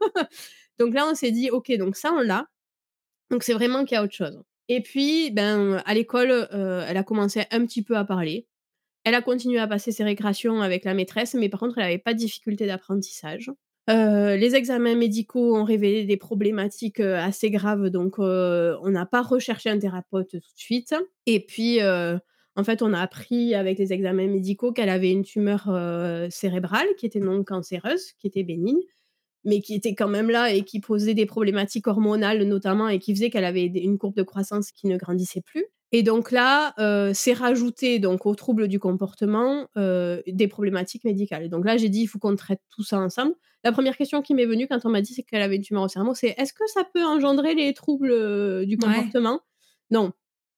Donc là, on s'est dit: «OK, donc ça, on l'a. Donc c'est vraiment qu'il y a autre chose». Et puis, ben, à l'école, heu, elle a commencé un petit peu à parler. Elle a continué à passer ses récréations avec la maîtresse, mais par contre, elle avait pas de difficulté d'apprentissage. Heu, les examens médicaux ont révélé des problématiques, heu, assez graves, donc heu, on n'a pas recherché un thérapeute tout de suite et puis, heu, en fait, on a appris avec les examens médicaux qu'elle avait une tumeur, heu, cérébrale qui était non cancéreuse, qui était bénigne, mais qui était quand même là et qui posait des problématiques hormonales notamment et qui faisait qu'elle avait des une courbe de croissance qui ne grandissait plus et donc là, heu, c'est rajouté donc aux troubles du comportement, heu, des problématiques médicales et donc là, j'ai dit: «Il faut qu'on traite tout ça ensemble». La première question qui m'est venue quand on m'a dit c'est qu'elle avait une tumeur au cerveau, c'est: «Est-ce que ça peut engendrer les troubles, heu, du Ouais, comportement?» Non.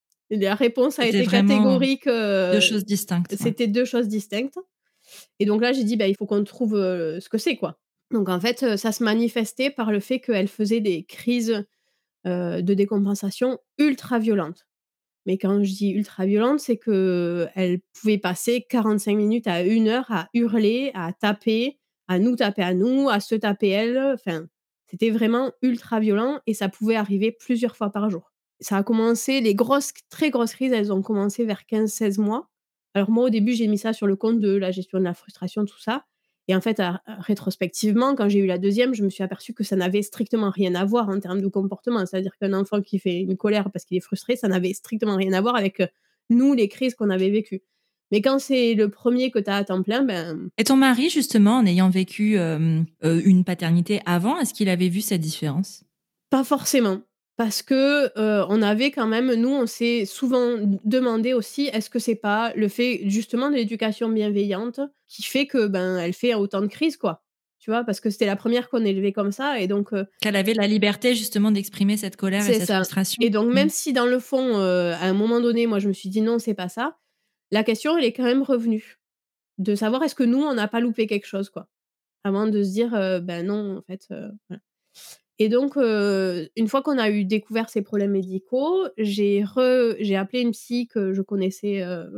La réponse a c'était été vraiment catégorique, deux heu, choses distinctes, ouais. c'était deux choses distinctes et donc là, j'ai dit: «Bah, il faut qu'on trouve, heu, ce que c'est, quoi». Donc en fait, heu, ça se manifestait par le fait qu'elle faisait des crises, heu, de décompensation ultra violentes. Mais quand je dis ultra violentes, c'est qu'elle pouvait passer quarante-cinq minutes à une heure à hurler, à taper, à nous taper à nous, à se taper elle, enfin, c'était vraiment ultra violent et ça pouvait arriver plusieurs fois par jour. Ça a commencé les grosses très grosses crises, elles ont commencé vers quinze seize mois. Alors moi, au début, j'ai mis ça sur le compte de la gestion de la frustration, tout ça et en fait, à rétrospectivement, quand j'ai eu la deuxième, je me suis aperçue que ça n'avait strictement rien à voir en termes de comportement. C'est-à-dire qu'un enfant qui fait une colère parce qu'il est frustré, ça n'avait strictement rien à voir avec, heu, nous, les crises qu'on avait vécues. Mais quand c'est le premier que tu as à temps plein, ben, Et ton mari, justement, en ayant vécu, hem, heu, une paternité avant, est-ce qu'il avait vu cette différence? pas forcément. Parce que, heu, on avait quand même nous, on s'est souvent d demandé aussi, est-ce que c'est pas le fait justement de l'éducation bienveillante qui fait que, ben, elle fait autant de crises, quoi? Tu vois? Parce que c'était la première qu'on élevait comme ça et donc, heu Qu'elle avait la liberté, justement, d'exprimer cette colère et c'est cette ça frustration? et donc Mmh. même si dans le fond, heu, à un moment donné, moi je me suis dit: «Non, c'est pas ça», la question elle est quand même revenue. De savoir est-ce que nous, on n'a pas loupé quelque chose, quoi? Avant de se dire, heu: «Ben non, en fait, heu, voilà». Et donc, heu, une fois qu'on a eu découvert ces problèmes médicaux, j'ai re j'ai appelé une psy que je connaissais, heu,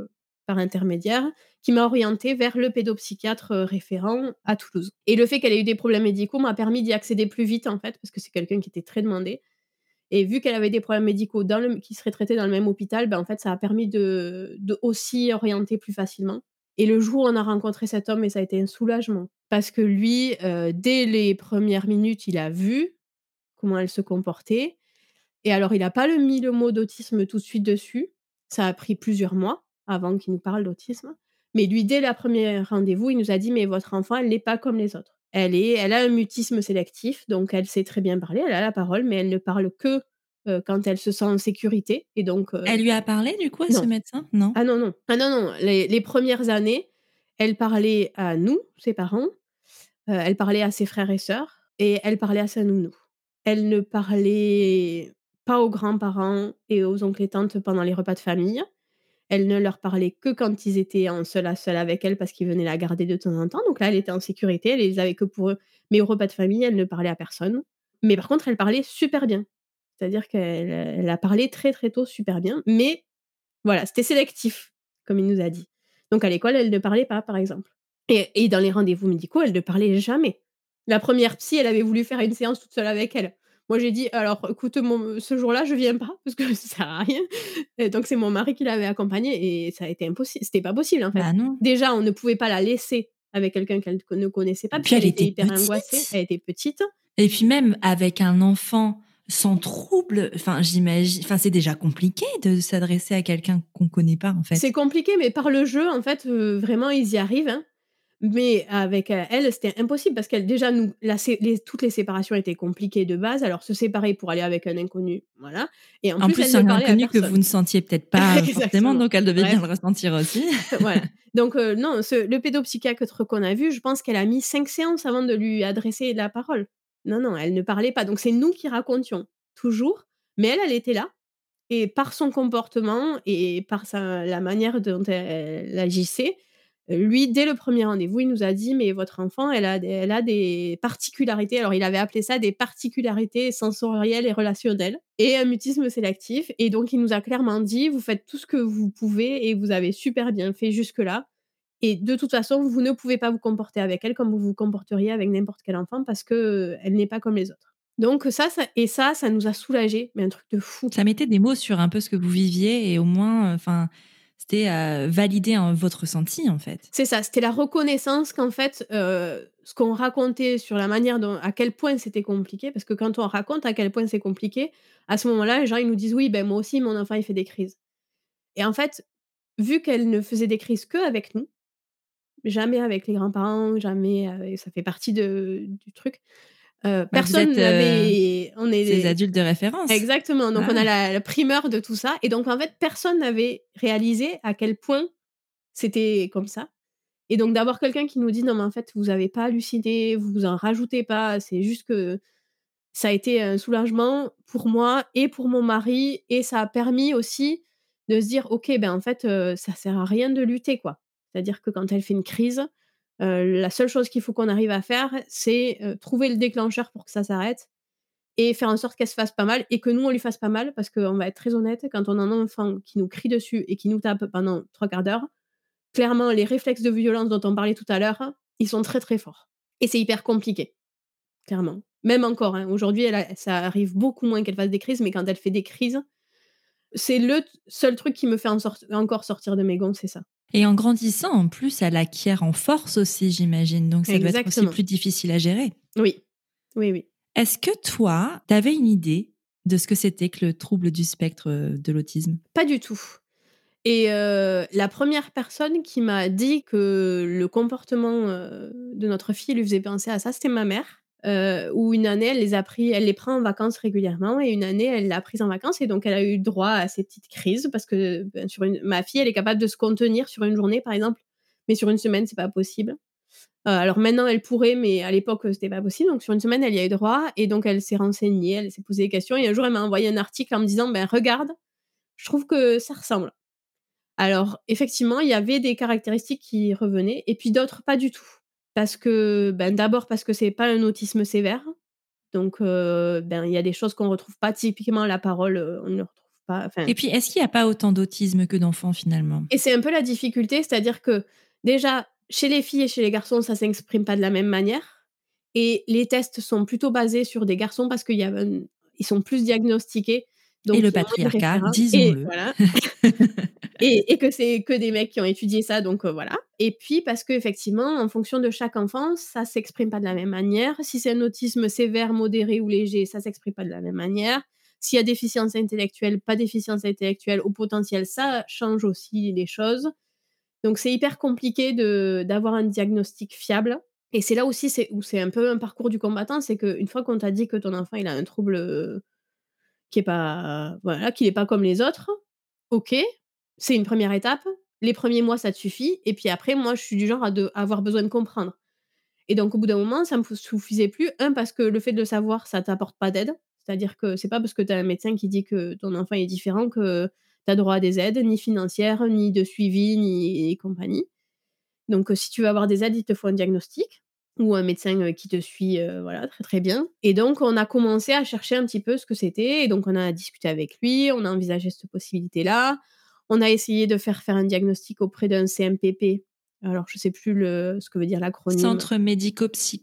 par intermédiaire, qui m'a orientée vers le pédopsychiatre, heu, référent à Toulouse et le fait qu'elle ait eu des problèmes médicaux m'a permis d'y accéder plus vite, en fait, parce que c'est quelqu'un qui était très demandé et vu qu'elle avait des problèmes médicaux dans le qui seraient traités dans le même hôpital, ben, en fait, ça a permis de de aussi orienter plus facilement et le jour où on a rencontré cet homme et ça a été un soulagement parce que lui, heu, dès les premières minutes, il a vu comment elle se comportait et alors il a pas le mis le mot d'autisme tout de suite dessus. Ça a pris plusieurs mois avant qu'il nous parle d'autisme. Mais lui, dès la première rendez-vous, il nous a dit: «Mais votre enfant, elle n'est pas comme les autres. Elle est elle a un mutisme sélectif, donc elle sait très bien parler, elle a la parole, mais elle ne parle que, heu, quand elle se sent en sécurité et donc heu» Elle lui a parlé du coup à ce non. médecin? Non? Ah non, non. Ah non, non, les les premières années, elle parlait à nous, ses parents, heu, elle parlait à ses frères et sœurs et elle parlait à sa nounou. Elle ne parlait pas aux grands-parents et aux oncles et tantes pendant les repas de famille. Elle ne leur parlait que quand ils étaient en seul à seul avec elle parce qu'ils venaient la garder de temps en temps. Donc là, elle était en sécurité, elle les avait que pour eux. Mais aux repas de famille, elle ne parlait à personne. Mais par contre, elle parlait super bien. C'est-à-dire qu'elle elle a parlé très, très tôt super bien, mais voilà, c'était sélectif, comme il nous a dit. Donc à l'école, elle ne parlait pas, par exemple. Et et dans les rendez-vous médicaux, elle ne parlait jamais. La première psy, elle avait voulu faire une séance toute seule avec elle. Moi, j'ai dit: «Alors écoute, mon ce jour-là, je viens pas parce que ça sert à rien» et donc c'est mon mari qui l'avait accompagnée et ça a été impossible. C'était pas possible, en fait. Bah non. Déjà, on ne pouvait pas la laisser avec quelqu'un qu'elle ne connaissait pas Puis puisqu'elle elle était était hyper angoissée. petite Elle était petite. et puis même avec un enfant sans trouble, enfin j'imagine enfin c'est déjà compliqué de s'adresser à quelqu'un qu'on connaît pas en C'est fait. compliqué, mais par le jeu, en fait, heu, vraiment, ils y arrivent, hein. Mais avec, heu, elle, c'était impossible parce qu'elle déjà nous la sé les toutes les séparations étaient compliquées de base, alors se séparer pour aller avec un inconnu, voilà et en En plus plus, elle c'est ne un parlait à inconnu que vous personne. ne sentiez peut-être pas, heu, forcément, Exactement. donc elle devait bien Bref, le ressentir aussi. voilà. Donc heu, non, ce le pédopsychiatre qu'on a vu, je pense qu'elle a mis cinq séances avant de lui adresser la parole. Non, non, elle ne parlait pas, donc c'est nous qui racontions, toujours, mais elle, elle était là et par son comportement et par sa la manière dont elle agissait, heu, lui, dès le premier rendez-vous, il nous a dit: «Mais votre enfant, elle a des elle a des particularités». Alors il avait appelé ça des particularités sensorielles et relationnelles et un mutisme sélectif et donc il nous a clairement dit: «Vous faites tout ce que vous pouvez et vous avez super bien fait jusque-là et de toute façon, vous ne pouvez pas vous comporter avec elle comme vous vous comporteriez avec n'importe quel enfant parce que, heu, elle n'est pas comme les autres». Donc ça ça et ça, ça nous a soulagés, mais un truc de fou. Ça mettait des mots sur un peu ce que vous viviez et au moins, enfin, c'était, heu, valider un votre ressenti, en fait. C'est ça, c'était la reconnaissance qu'en fait, heu, ce qu'on racontait sur la manière dont à quel point c'était compliqué, parce que quand on raconte à quel point c'est compliqué, à ce moment-là, les gens, ils nous disent: «Oui, ben, moi aussi, mon enfant, il fait des crises» et en fait, vu qu'elle ne faisait des crises qu'avec nous, jamais avec les grands-parents, jamais avec ça fait partie de du truc, heu, Bah, vous êtes, personne heu, n'avait on ses est adultes de référence. exactement, donc on a Voilà. la la primeur de tout ça et donc en fait, personne n'avait réalisé à quel point c'était comme ça. Et donc d'avoir quelqu'un qui nous dit: «Non mais en fait vous avez pas halluciné, vous en rajoutez pas, c'est juste que» ça a été un soulagement pour moi et pour mon mari et ça a permis aussi de se dire: «OK, ben, en fait, heu, ça sert à rien de lutter, quoi». C'est-à-dire que quand elle fait une crise, heu, la seule chose qu'il faut qu'on arrive à faire, c'est, heu, trouver le déclencheur pour que ça s'arrête et faire en sorte qu'elle se fasse pas mal et que nous on lui fasse pas mal parce qu'on va être très honnête, quand on a un enfant qui nous crie dessus et qui nous tape pendant trois quarts d'heure, clairement, les réflexes de violence dont on parlait tout à l'heure, ils sont très, très forts et c'est hyper compliqué, clairement. Même encore, hein, aujourd'hui, elle a ça arrive beaucoup moins qu'elle fasse des crises, mais quand elle fait des crises, c'est le t seul truc qui me fait en sort encore sortir de mes gonds, c'est ça. Et en grandissant, en plus, elle acquiert en force aussi, j'imagine, donc ça doit être aussi Exactement. plus difficile à gérer. Oui. Oui, oui. Est-ce que toi, tu avais une idée de ce que c'était que le trouble du spectre, heu, de l'autisme? Pas du tout et heu, la première personne qui m'a dit que le comportement, heu, de notre fille lui faisait penser à ça, c'était ma mère. Heu, où une année, elle les a pris elle les prend en vacances régulièrement et une année, elle l'a prise en vacances et donc elle a eu droit à ces petites crises parce que, ben, sur une ma fille, elle est capable de se contenir sur une journée, par exemple, mais sur une semaine, c'est pas possible. Heu, alors maintenant, elle pourrait, mais à l'époque, heu, c'était pas possible. Donc sur une semaine, elle y a eu droit et donc elle s'est renseignée, elle s'est posé des questions et un jour, elle m'a envoyé un article en me disant: «Ben, regarde, je trouve que ça ressemble». Alors effectivement, il y avait des caractéristiques qui revenaient et puis d'autres pas du tout. Parce que, ben, d'abord parce que c'est pas un autisme sévère, donc heu, ben, il y a des choses qu'on retrouve pas typiquement la parole, heu, on ne le retrouve pas enfin Et puis, est-ce qu'il y a pas autant d'autisme que d'enfants, finalement? Et c'est un peu la difficulté, c'est-à-dire que, déjà, chez les filles et chez les garçons, ça s'exprime pas de la même manière et les tests sont plutôt basés sur des garçons parce qu'il y a un ils sont plus diagnostiqués, Et donc le il y a moins de patriarcat, références et disons-le. voilà et et que c'est que des mecs qui ont étudié ça, donc heu, voilà et puis parce qu'effectivement, en fonction de chaque enfant, ça s'exprime pas de la même manière. Si c'est un autisme sévère, modéré ou léger, ça s'exprime pas de la même manière. S'il y a déficience intellectuelle, pas déficience intellectuelle, haut potentiel, ça change aussi les choses. Donc c'est hyper compliqué de d'avoir un diagnostic fiable et c'est là aussi c'est où c'est un peu un parcours du combattant, c'est qu'une fois qu'on t'a dit que ton enfant, il a un trouble, heu, qui est pas voilà, qu'il est pas comme les autres, OK, c'est une première étape. Les premiers mois, ça te suffit et puis après, moi, je suis du genre à de à avoir besoin de comprendre et donc au bout d'un moment, ça me f suffisait plus. un parce que le fait de le savoir, ça t'apporte pas d'aide. C'est-à-dire que c'est pas parce que tu as un médecin qui dit que ton enfant est différent que tu as droit à des aides, ni financières, ni de suivi, ni et compagnie. Donc heu, si tu veux avoir des aides, il te faut un diagnostic ou un médecin, heu, qui te suit, heu, voilà, très, très bien et donc on a commencé à chercher un petit peu ce que c'était et donc on a discuté avec lui, on a envisagé cette possibilité-là. On a essayé de faire faire un diagnostic auprès d'un C M P P. Alors je sais plus le ce que veut dire l'acronyme. Centre médico-psychol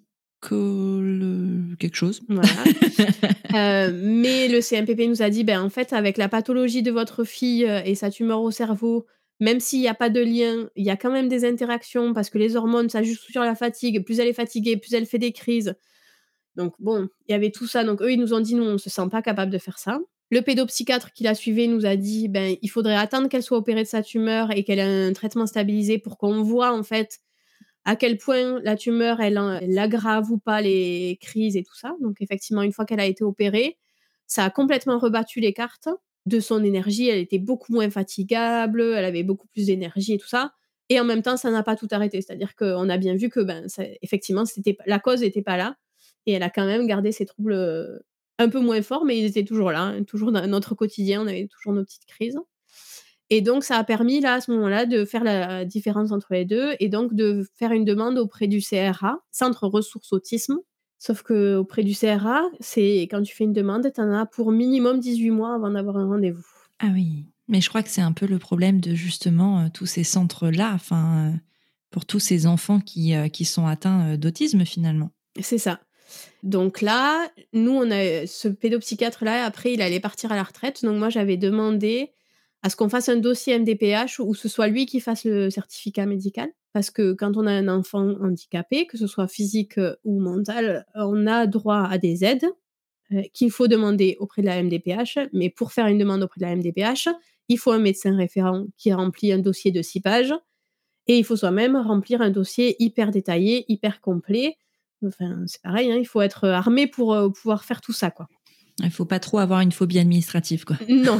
heu, quelque chose. Voilà, heu, mais le C M P P nous a dit: «Ben, en fait, avec la pathologie de votre fille, heu, et sa tumeur au cerveau, même s'il y a pas de lien, il y a quand même des interactions parce que les hormones, ça joue sur la fatigue. Plus elle est fatiguée, plus elle fait des crises». Donc bon, il y avait tout ça, donc eux, ils nous ont dit: «Nous, on se sent pas capable de faire ça». Le pédopsychiatre qui la suivait nous a dit: «Ben, il faudrait attendre qu'elle soit opérée de sa tumeur et qu'elle ait un traitement stabilisé pour qu'on voit, en fait, à quel point la tumeur, elle en elle aggrave ou pas les crises et tout ça». Donc effectivement, une fois qu'elle a été opérée, ça a complètement rebattu les cartes de son énergie. Elle était beaucoup moins fatigable, elle avait beaucoup plus d'énergie et tout ça et en même temps, ça n'a pas tout arrêté. C'est-à-dire qu'on a bien vu que, ben, c'est effectivement, c'était p la cause était pas là et elle a quand même gardé ses troubles, heu, un peu moins forts, mais ils étaient toujours là, hein, toujours dans notre quotidien. On avait toujours nos petites crises et donc ça a permis, là, à ce moment-là, de faire la différence entre les deux et donc de faire une demande auprès du C R A, Centre Ressources Autisme. Sauf qu'auprès du C R A, c'est quand tu fais une demande, tu en as pour minimum dix-huit mois avant d'avoir un rendez-vous. Ah oui, mais je crois que c'est un peu le problème de justement, heu, tous ces centres-là, enfin, heu, pour tous ces enfants qui, heu, qui sont atteints, heu, d'autisme, finalement. C'est ça. Donc là, nous, on a ce pédopsychiatre-là, après, il allait partir à la retraite. Donc moi, j'avais demandé à ce qu'on fasse un dossier M D P H où ce soit lui qui fasse le certificat médical. Parce que quand on a un enfant handicapé, que ce soit physique, heu, ou mental, on a droit à des aides, heu, qu'il faut demander auprès de la M D P H. Mais pour faire une demande auprès de la M D P H, il faut un médecin référent qui remplit un dossier de six pages et il faut soi-même remplir un dossier hyper détaillé, hyper complet. Enfin, c'est pareil, hein, il faut être, heu, armé pour, heu, pouvoir faire tout ça, quoi. Il faut pas trop avoir une phobie administrative, quoi. Non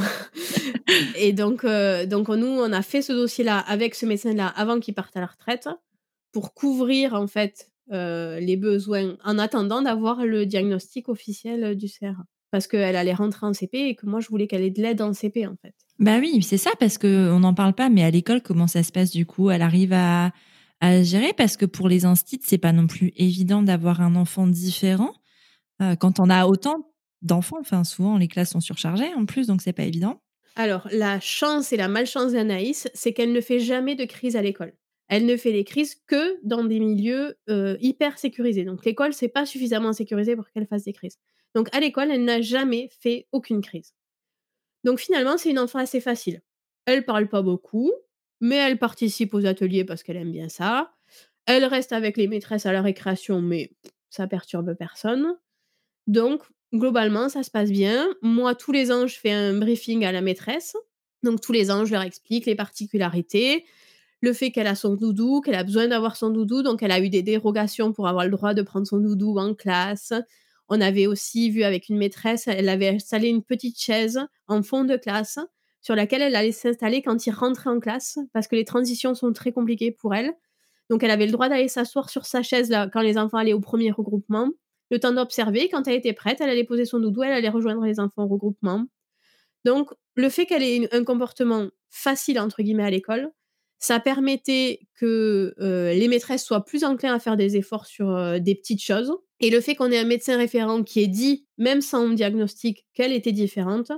et donc heu, donc nous, on a fait ce dossier-là avec ce médecin-là avant qu'il parte à la retraite pour couvrir, en fait, heu, les besoins en attendant d'avoir le diagnostic officiel, heu, du C R A. Parce qu'elle allait rentrer en C P et que moi, je voulais qu'elle ait de l'aide en C P, en fait. Bah oui, c'est ça, parce qu'on n'en parle pas, mais à l'école, comment ça se passe, du coup? Elle arrive à à gérer? Parce que pour les instits, c'est pas non plus évident d'avoir un enfant différent, heu, quand on a autant d'enfants. Enfin, souvent, les classes sont surchargées, en plus, donc c'est pas évident. Alors, la chance et la malchance d'Anaïs, c'est qu'elle ne fait jamais de crise à l'école. Elle ne fait les crises que dans des milieux, heu, hyper sécurisés. Donc l'école, c'est pas suffisamment sécurisé pour qu'elle fasse des crises. Donc à l'école, elle n'a jamais fait aucune crise. Donc finalement, c'est une enfant assez facile. Elle parle pas beaucoup, mais elle participe aux ateliers parce qu'elle aime bien ça. Elle reste avec les maîtresses à la récréation, mais ça perturbe personne. Donc globalement, ça se passe bien. Moi, tous les ans, je fais un briefing à la maîtresse. Donc tous les ans, je leur explique les particularités, le fait qu'elle a son doudou, qu'elle a besoin d'avoir son doudou, donc elle a eu des dérogations pour avoir le droit de prendre son doudou en classe. On avait aussi vu avec une maîtresse, elle avait installé une petite chaise en fond de classe sur laquelle elle allait s'installer quand il rentrait en classe parce que les transitions sont très compliquées pour elle. Donc elle avait le droit d'aller s'asseoir sur sa chaise là quand les enfants allaient au premier regroupement, le temps d'observer. Quand elle était prête, elle allait poser son doudou, elle allait rejoindre les enfants au regroupement. Donc le fait qu'elle ait une un comportement «facile» entre guillemets à l'école, ça permettait que, heu, les maîtresses soient plus enclins à faire des efforts sur, heu, des petites choses et le fait qu'on ait un médecin référent qui ait dit, même sans diagnostic, qu'elle était différente,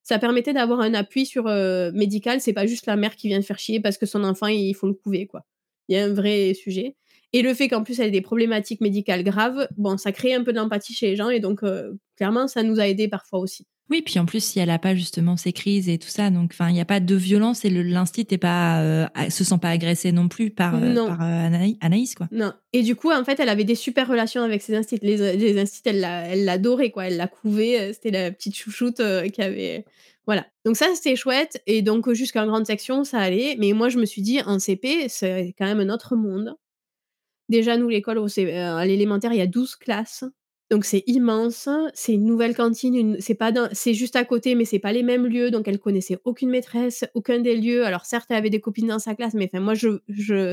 Ça permettait d'avoir un appui sur, heu, médical. C'est pas juste la mère qui vient faire chier parce que son enfant, il faut le couver, quoi. Il y a un vrai sujet et le fait qu'en plus elle ait des problématiques médicales graves, bon, ça crée un peu de l'empathie chez les gens et donc heu, clairement, ça nous a aidés parfois aussi. Oui, puis en plus, si elle a pas justement ces crises et tout ça, donc enfin, il y a pas de violence et le l'instit est pas, heu, a se sent pas agressé non plus par, heu, Non. par, heu, Anaï Anaïs, quoi. Non et du coup, en fait, elle avait des super relations avec ses instits. Les a les instits, elle l'a elle l'adorait, quoi. Elle la couvait, heu, c'était la petite chouchoute, heu, qui avait voilà. Donc ça, c'était chouette et donc jusqu'en grande section, ça allait. Mais moi, je me suis dit: «En C P, c'est quand même un autre monde». Déjà, nous, l'école au C heu, à l'élémentaire, il y a douze classes, donc c'est immense. C'est une nouvelle cantine, une c'est pas dans c'est juste à côté, mais c'est pas les mêmes lieux, donc elle connaissait aucune maîtresse, aucun des lieux. Alors certes, elle avait des copines dans sa classe, mais enfin moi, je je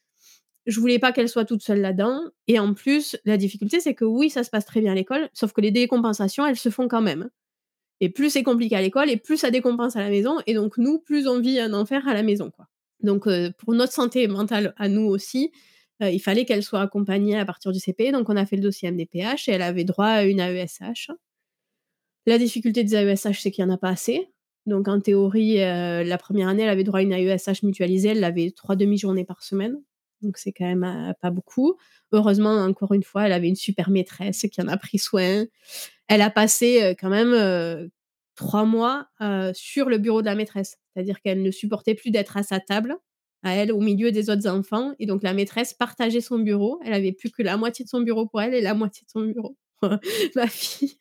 je voulais pas qu'elle soit toute seule là-dedans et en plus, la difficulté, c'est que oui, ça se passe très bien à l'école, sauf que les décompensations, elles se font quand même et plus c'est compliqué à l'école et plus ça décompense à la maison et donc nous, plus on vit un enfer à la maison, quoi. Donc heu, pour notre santé mentale à nous aussi, heu, il fallait qu'elle soit accompagnée à partir du C P, donc on a fait le dossier M D P H et elle avait droit à une A E S H. La difficulté des A E S H, c'est qu'il y en a pas assez. Donc en théorie, heu, la première année, elle avait droit à une A E S H mutualisée, elle avait trois demi-journées par semaine, donc c'est quand même, heu, pas beaucoup. Heureusement, encore une fois, elle avait une super maîtresse qui en a pris soin. Elle a passé, heu, quand même, heu, trois mois, heu, sur le bureau de la maîtresse. C'est-à-dire qu'elle ne supportait plus d'être à sa table, à elle, au milieu des autres enfants et donc la maîtresse partageait son bureau. Elle avait plus que la moitié de son bureau pour elle et la moitié de son bureau pour ma fille.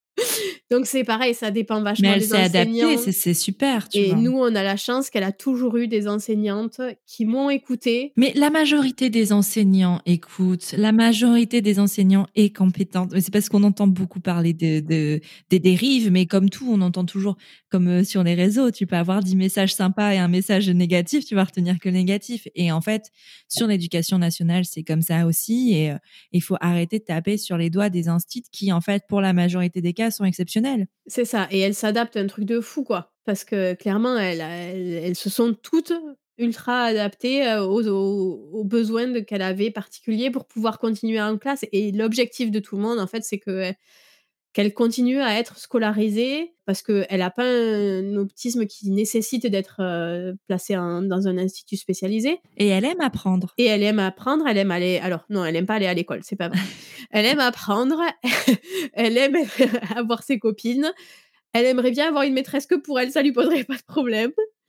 Donc c'est pareil, ça dépend Mais vachement elle des s'est adaptée, enseignants c'est c'est super, tu et vois? nous, on a la chance qu'elle a toujours eu des enseignantes qui m'ont écoutée. Mais la majorité des enseignants écoutent, la majorité des enseignants est compétente. Mais c'est parce qu'on entend beaucoup parler de de des dérives, mais comme tout, on entend toujours comme, heu, sur les réseaux, tu peux avoir dix messages sympas et un message négatif, tu vas retenir que le négatif et en fait, sur l'éducation nationale, c'est comme ça aussi et heu, il faut arrêter de taper sur les doigts des instits qui, en fait, pour la majorité des cas, sont exceptionnels. C'est ça et elles s'adaptent à un truc de fou, quoi. Parce que clairement, elles elles elles se sont toutes ultra adaptées, heu, aux aux aux besoins de qu'elle avait particuliers pour pouvoir continuer en classe et l'objectif de tout le monde, en fait, c'est que qu'elle continue à être scolarisée parce qu'elle a pas un autisme qui nécessite d'être, heu, placée en dans un institut spécialisé Et elle aime apprendre. et elle aime apprendre, elle aime aller alors non, elle aime pas aller à l'école, c'est pas vrai. Elle aime apprendre, elle aime avoir ses copines, elle aimerait bien avoir une maîtresse que pour elle, ça lui poserait pas de problème.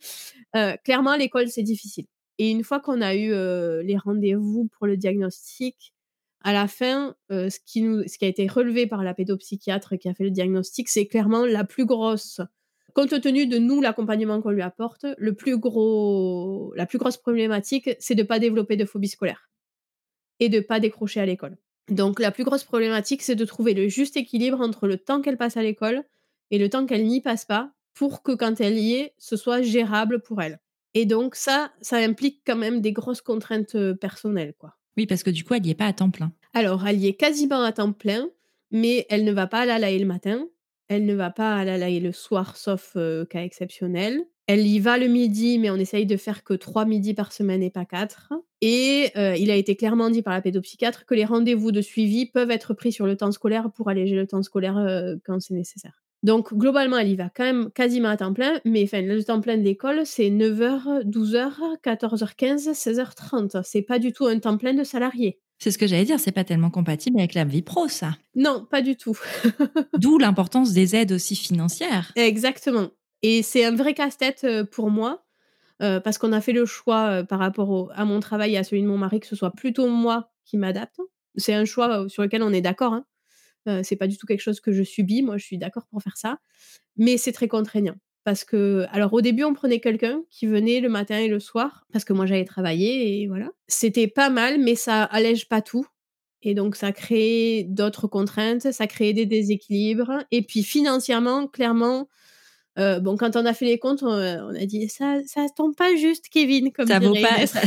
Heu, clairement, l'école, c'est difficile et une fois qu'on a eu, heu, les rendez-vous pour le diagnostic, à la fin, heu, ce qui nous ce qui a été relevé par la pédopsychiatre qui a fait le diagnostic, c'est clairement la plus grosse compte tenu de nous, l'accompagnement qu'on lui apporte, le plus gros la plus grosse problématique, c'est de pas développer de phobie scolaire et de pas décrocher à l'école. Donc la plus grosse problématique, c'est de trouver le juste équilibre entre le temps qu'elle passe à l'école et le temps qu'elle n'y passe pas, pour que quand elle y est, ce soit gérable pour elle. Et donc ça, ça implique quand même des grosses contraintes, heu, personnelles, quoi. Oui, parce que du coup, elle y est pas à temps plein. Alors elle y est quasiment à temps plein, mais elle ne va pas à la L A E le matin, elle ne va pas à la L A E le soir, sauf, heu, cas exceptionnel. Elle y va le midi, mais on essaye de faire que trois midis par semaine et pas quatre. Et heu, il a été clairement dit par la pédopsychiatre que les rendez-vous de suivi peuvent être pris sur le temps scolaire pour alléger le temps scolaire, heu, quand c'est nécessaire. Donc globalement, elle y va quand même quasiment à temps plein, mais enfin le temps plein de l'école, c'est neuf heures, douze heures, quatorze heures quinze, seize heures trente. C'est pas du tout un temps plein de salarié. C'est ce que j'allais dire, c'est pas tellement compatible avec la vie pro, ça. Non, pas du tout. D'où l'importance des aides aussi financières. Exactement et c'est un vrai casse-tête, heu, pour moi, heu, parce qu'on a fait le choix, heu, par rapport au à mon travail et à celui de mon mari, que ce soit plutôt moi qui m'adapte. C'est un choix, heu, sur lequel on est d'accord, hein. Heu, c'est pas du tout quelque chose que je subis. Moi, je suis d'accord pour faire ça, mais c'est très contraignant parce que alors au début, on prenait quelqu'un qui venait le matin et le soir parce que moi, j'allais travailler et voilà. C'était pas mal, mais ça allège pas tout et donc ça crée d'autres contraintes, ça crée des déséquilibres et puis financièrement, clairement, heu, bon, quand on a fait les comptes, on, heu, on a dit: «Ça ça tombe pas juste Kevin», comme Ça vaut dirait pas Inès. ça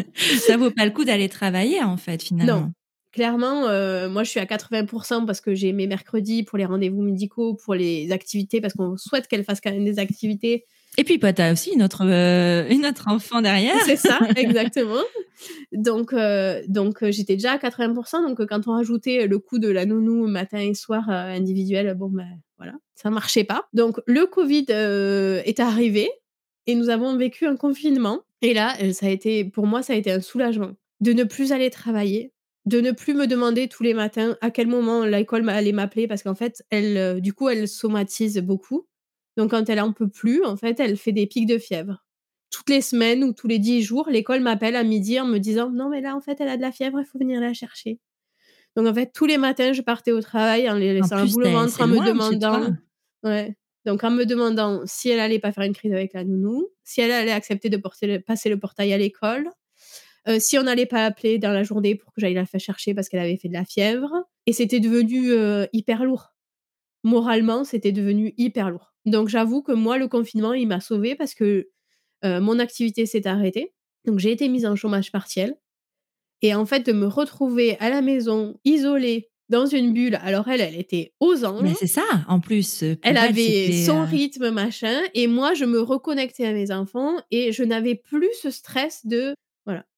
ça vaut pas le coup d'aller travailler, en fait, Non, finalement. clairement, heu, moi, je suis à quatre-vingts parce que j'ai mes mercredis pour les rendez-vous médicaux, pour les activités, parce qu'on souhaite qu'elle fasse quand même des activités. Et puis, bah, tu as aussi une autre, heu, une autre enfant derrière. C'est ça, exactement. Donc heu donc heu, j'étais déjà à quatre-vingts donc heu, quand on rajoutait le coût de la nounou matin et soir, heu, individuel, bon, bah, voilà, ça marchait pas. Donc le covid, heu, est arrivé et nous avons vécu un confinement et là, heu, ça a été pour moi, ça a été un soulagement de ne plus aller travailler, de ne plus me demander tous les matins à quel moment l'école m'a allait m'appeler parce qu'en fait, elle, heu, du coup, elle somatise beaucoup. Donc quand elle en peut plus, en fait, elle fait des pics de fièvre. Toutes les semaines ou tous les dix jours, l'école m'appelle à midi en me disant: «Non mais là, en fait, elle a de la fièvre, il faut venir la chercher». Donc en fait, tous les matins, je partais au travail en les En laissant un plus, bout au c'est ventre, c'est en me loin de chez demandant toi. ouais, donc en me demandant si elle allait pas faire une crise avec la nounou, si elle allait accepter de porter le passer le portail à l'école, heu, si on n'allait pas appeler dans la journée pour que j'aille la faire chercher parce qu'elle avait fait de la fièvre et c'était devenu, heu, hyper lourd. Moralement, c'était devenu hyper lourd. Donc j'avoue que moi, le confinement, il m'a sauvée parce que, heu, mon activité s'est arrêtée, donc j'ai été mise en chômage partiel et en fait, de me retrouver à la maison, isolée, dans une bulle, alors elle, elle était aux Mais anges. c'est ça, en plus, heu, Elle pour elle, avait c'était, son heu rythme, machin et moi, je me reconnectais à mes enfants et je n'avais plus ce stress de voilà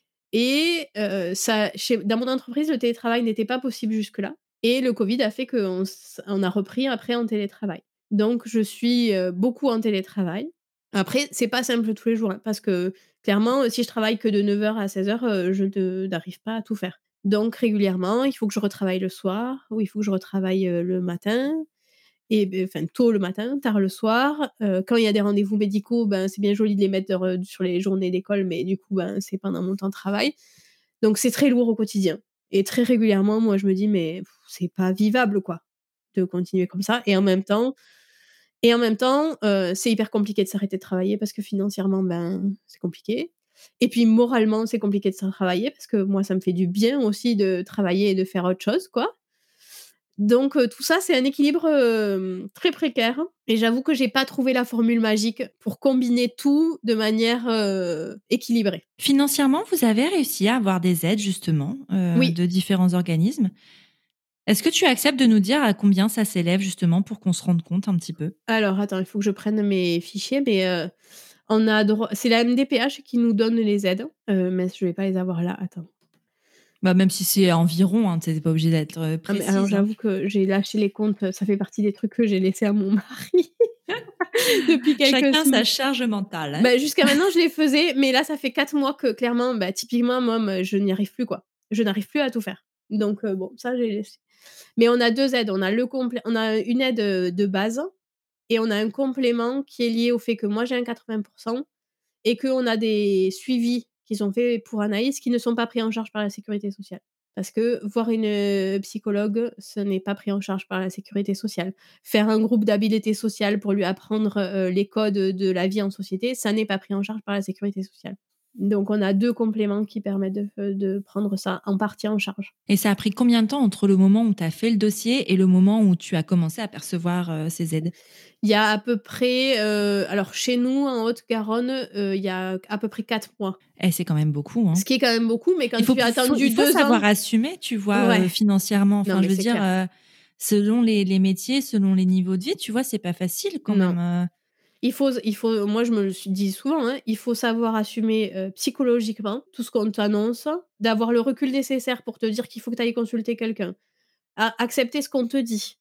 et heu, ça chez dans mon entreprise, le télétravail n'était pas possible jusque-là et le covid a fait qu'on s on a repris après en télétravail. Donc je suis, heu, beaucoup en télétravail. Après, c'est pas simple tous les jours, hein, parce que clairement, si je travaille que de neuf heures à seize heures, heu, je ne n'arrive pas à tout faire. Donc régulièrement, il faut que je retravaille le soir ou il faut que je retravaille, heu, le matin et beh, enfin tôt le matin, tard le soir. Heu, quand il y a des rendez-vous médicaux, ben, c'est bien joli de les mettre sur, heu, sur les journées d'école, mais du coup, ben, c'est pendant mon temps de travail. Donc c'est très lourd au quotidien et très régulièrement, moi, je me dis: «Mais pff, c'est pas vivable, quoi, de continuer comme ça» et en même temps et en même temps, heu, c'est hyper compliqué de s'arrêter de travailler parce que financièrement, ben, c'est compliqué et puis moralement, c'est compliqué de se travailler parce que moi, ça me fait du bien aussi de travailler et de faire autre chose, quoi. Donc heu, tout ça, c'est un équilibre, hem, très précaire et j'avoue que j'ai pas trouvé la formule magique pour combiner tout de manière, heu, équilibrée. Financièrement, vous avez réussi à avoir des aides justement, heu, Oui, de différents organismes. Est-ce que tu acceptes de nous dire à combien ça s'élève justement pour qu'on se rende compte un petit peu? alors attends, il faut que je prenne mes fichiers, mais heu, on a droit c'est la M D P H qui nous donne les aides, heu, mince, je vais pas les avoir là, attends. Bah, même si c'est environ, hein, tu es pas obligée d'être, heu, Ah mais alors précise, hein. j'avoue que j'ai lâché les comptes, ça fait partie des trucs que j'ai laissés à mon mari depuis quelques Chacun sa semaines. charge mentale, hein. Bah, jusqu'à maintenant, je les faisais, mais là, ça fait quatre mois que clairement, bah, typiquement, moi, me je n'y arrive plus, quoi. Je n'arrive plus à tout faire. Donc heu, bon, ça, j'ai laissé. Mais on a deux aides. On a le complé on a une aide, heu, de base et on a un complément qui est lié au fait que moi, j'ai un quatre-vingts et qu'on a des suivis qui sont faits pour Anaïs qui ne sont pas pris en charge par la sécurité sociale. Parce que voir une, heu, psychologue, ce n'est pas pris en charge par la sécurité sociale. Faire un groupe d'habileté sociale pour lui apprendre, heu, les codes, de la vie en société, ça n'est pas pris en charge par la sécurité sociale. Donc on a deux compléments qui permettent de f de prendre ça en partie en charge. Et ça a pris combien de temps entre le moment où tu as fait le dossier et le moment où tu as commencé à percevoir, heu, ces aides? Il y a à peu près, heu, alors chez nous en Haute-Garonne, heu, il y a à peu près quatre mois. Eh, c'est quand même beaucoup, hein. Ce qui est quand même beaucoup, mais Il quand faut tu as pou faut il attendu faut deux ans savoir assumer, tu vois, ouais, heu, financièrement. non Enfin, mais je veux c'est dire, clair. heu, selon les les métiers, selon les niveaux de vie, tu vois, c'est pas facile quand Non. même, heu. Il faut il faut moi je me le suis dit souvent, hein, il faut savoir assumer, heu, psychologiquement tout ce qu'on t'annonce, d'avoir le recul nécessaire pour te dire qu'il faut que tu ailles consulter quelqu'un, a accepter ce qu'on te dit,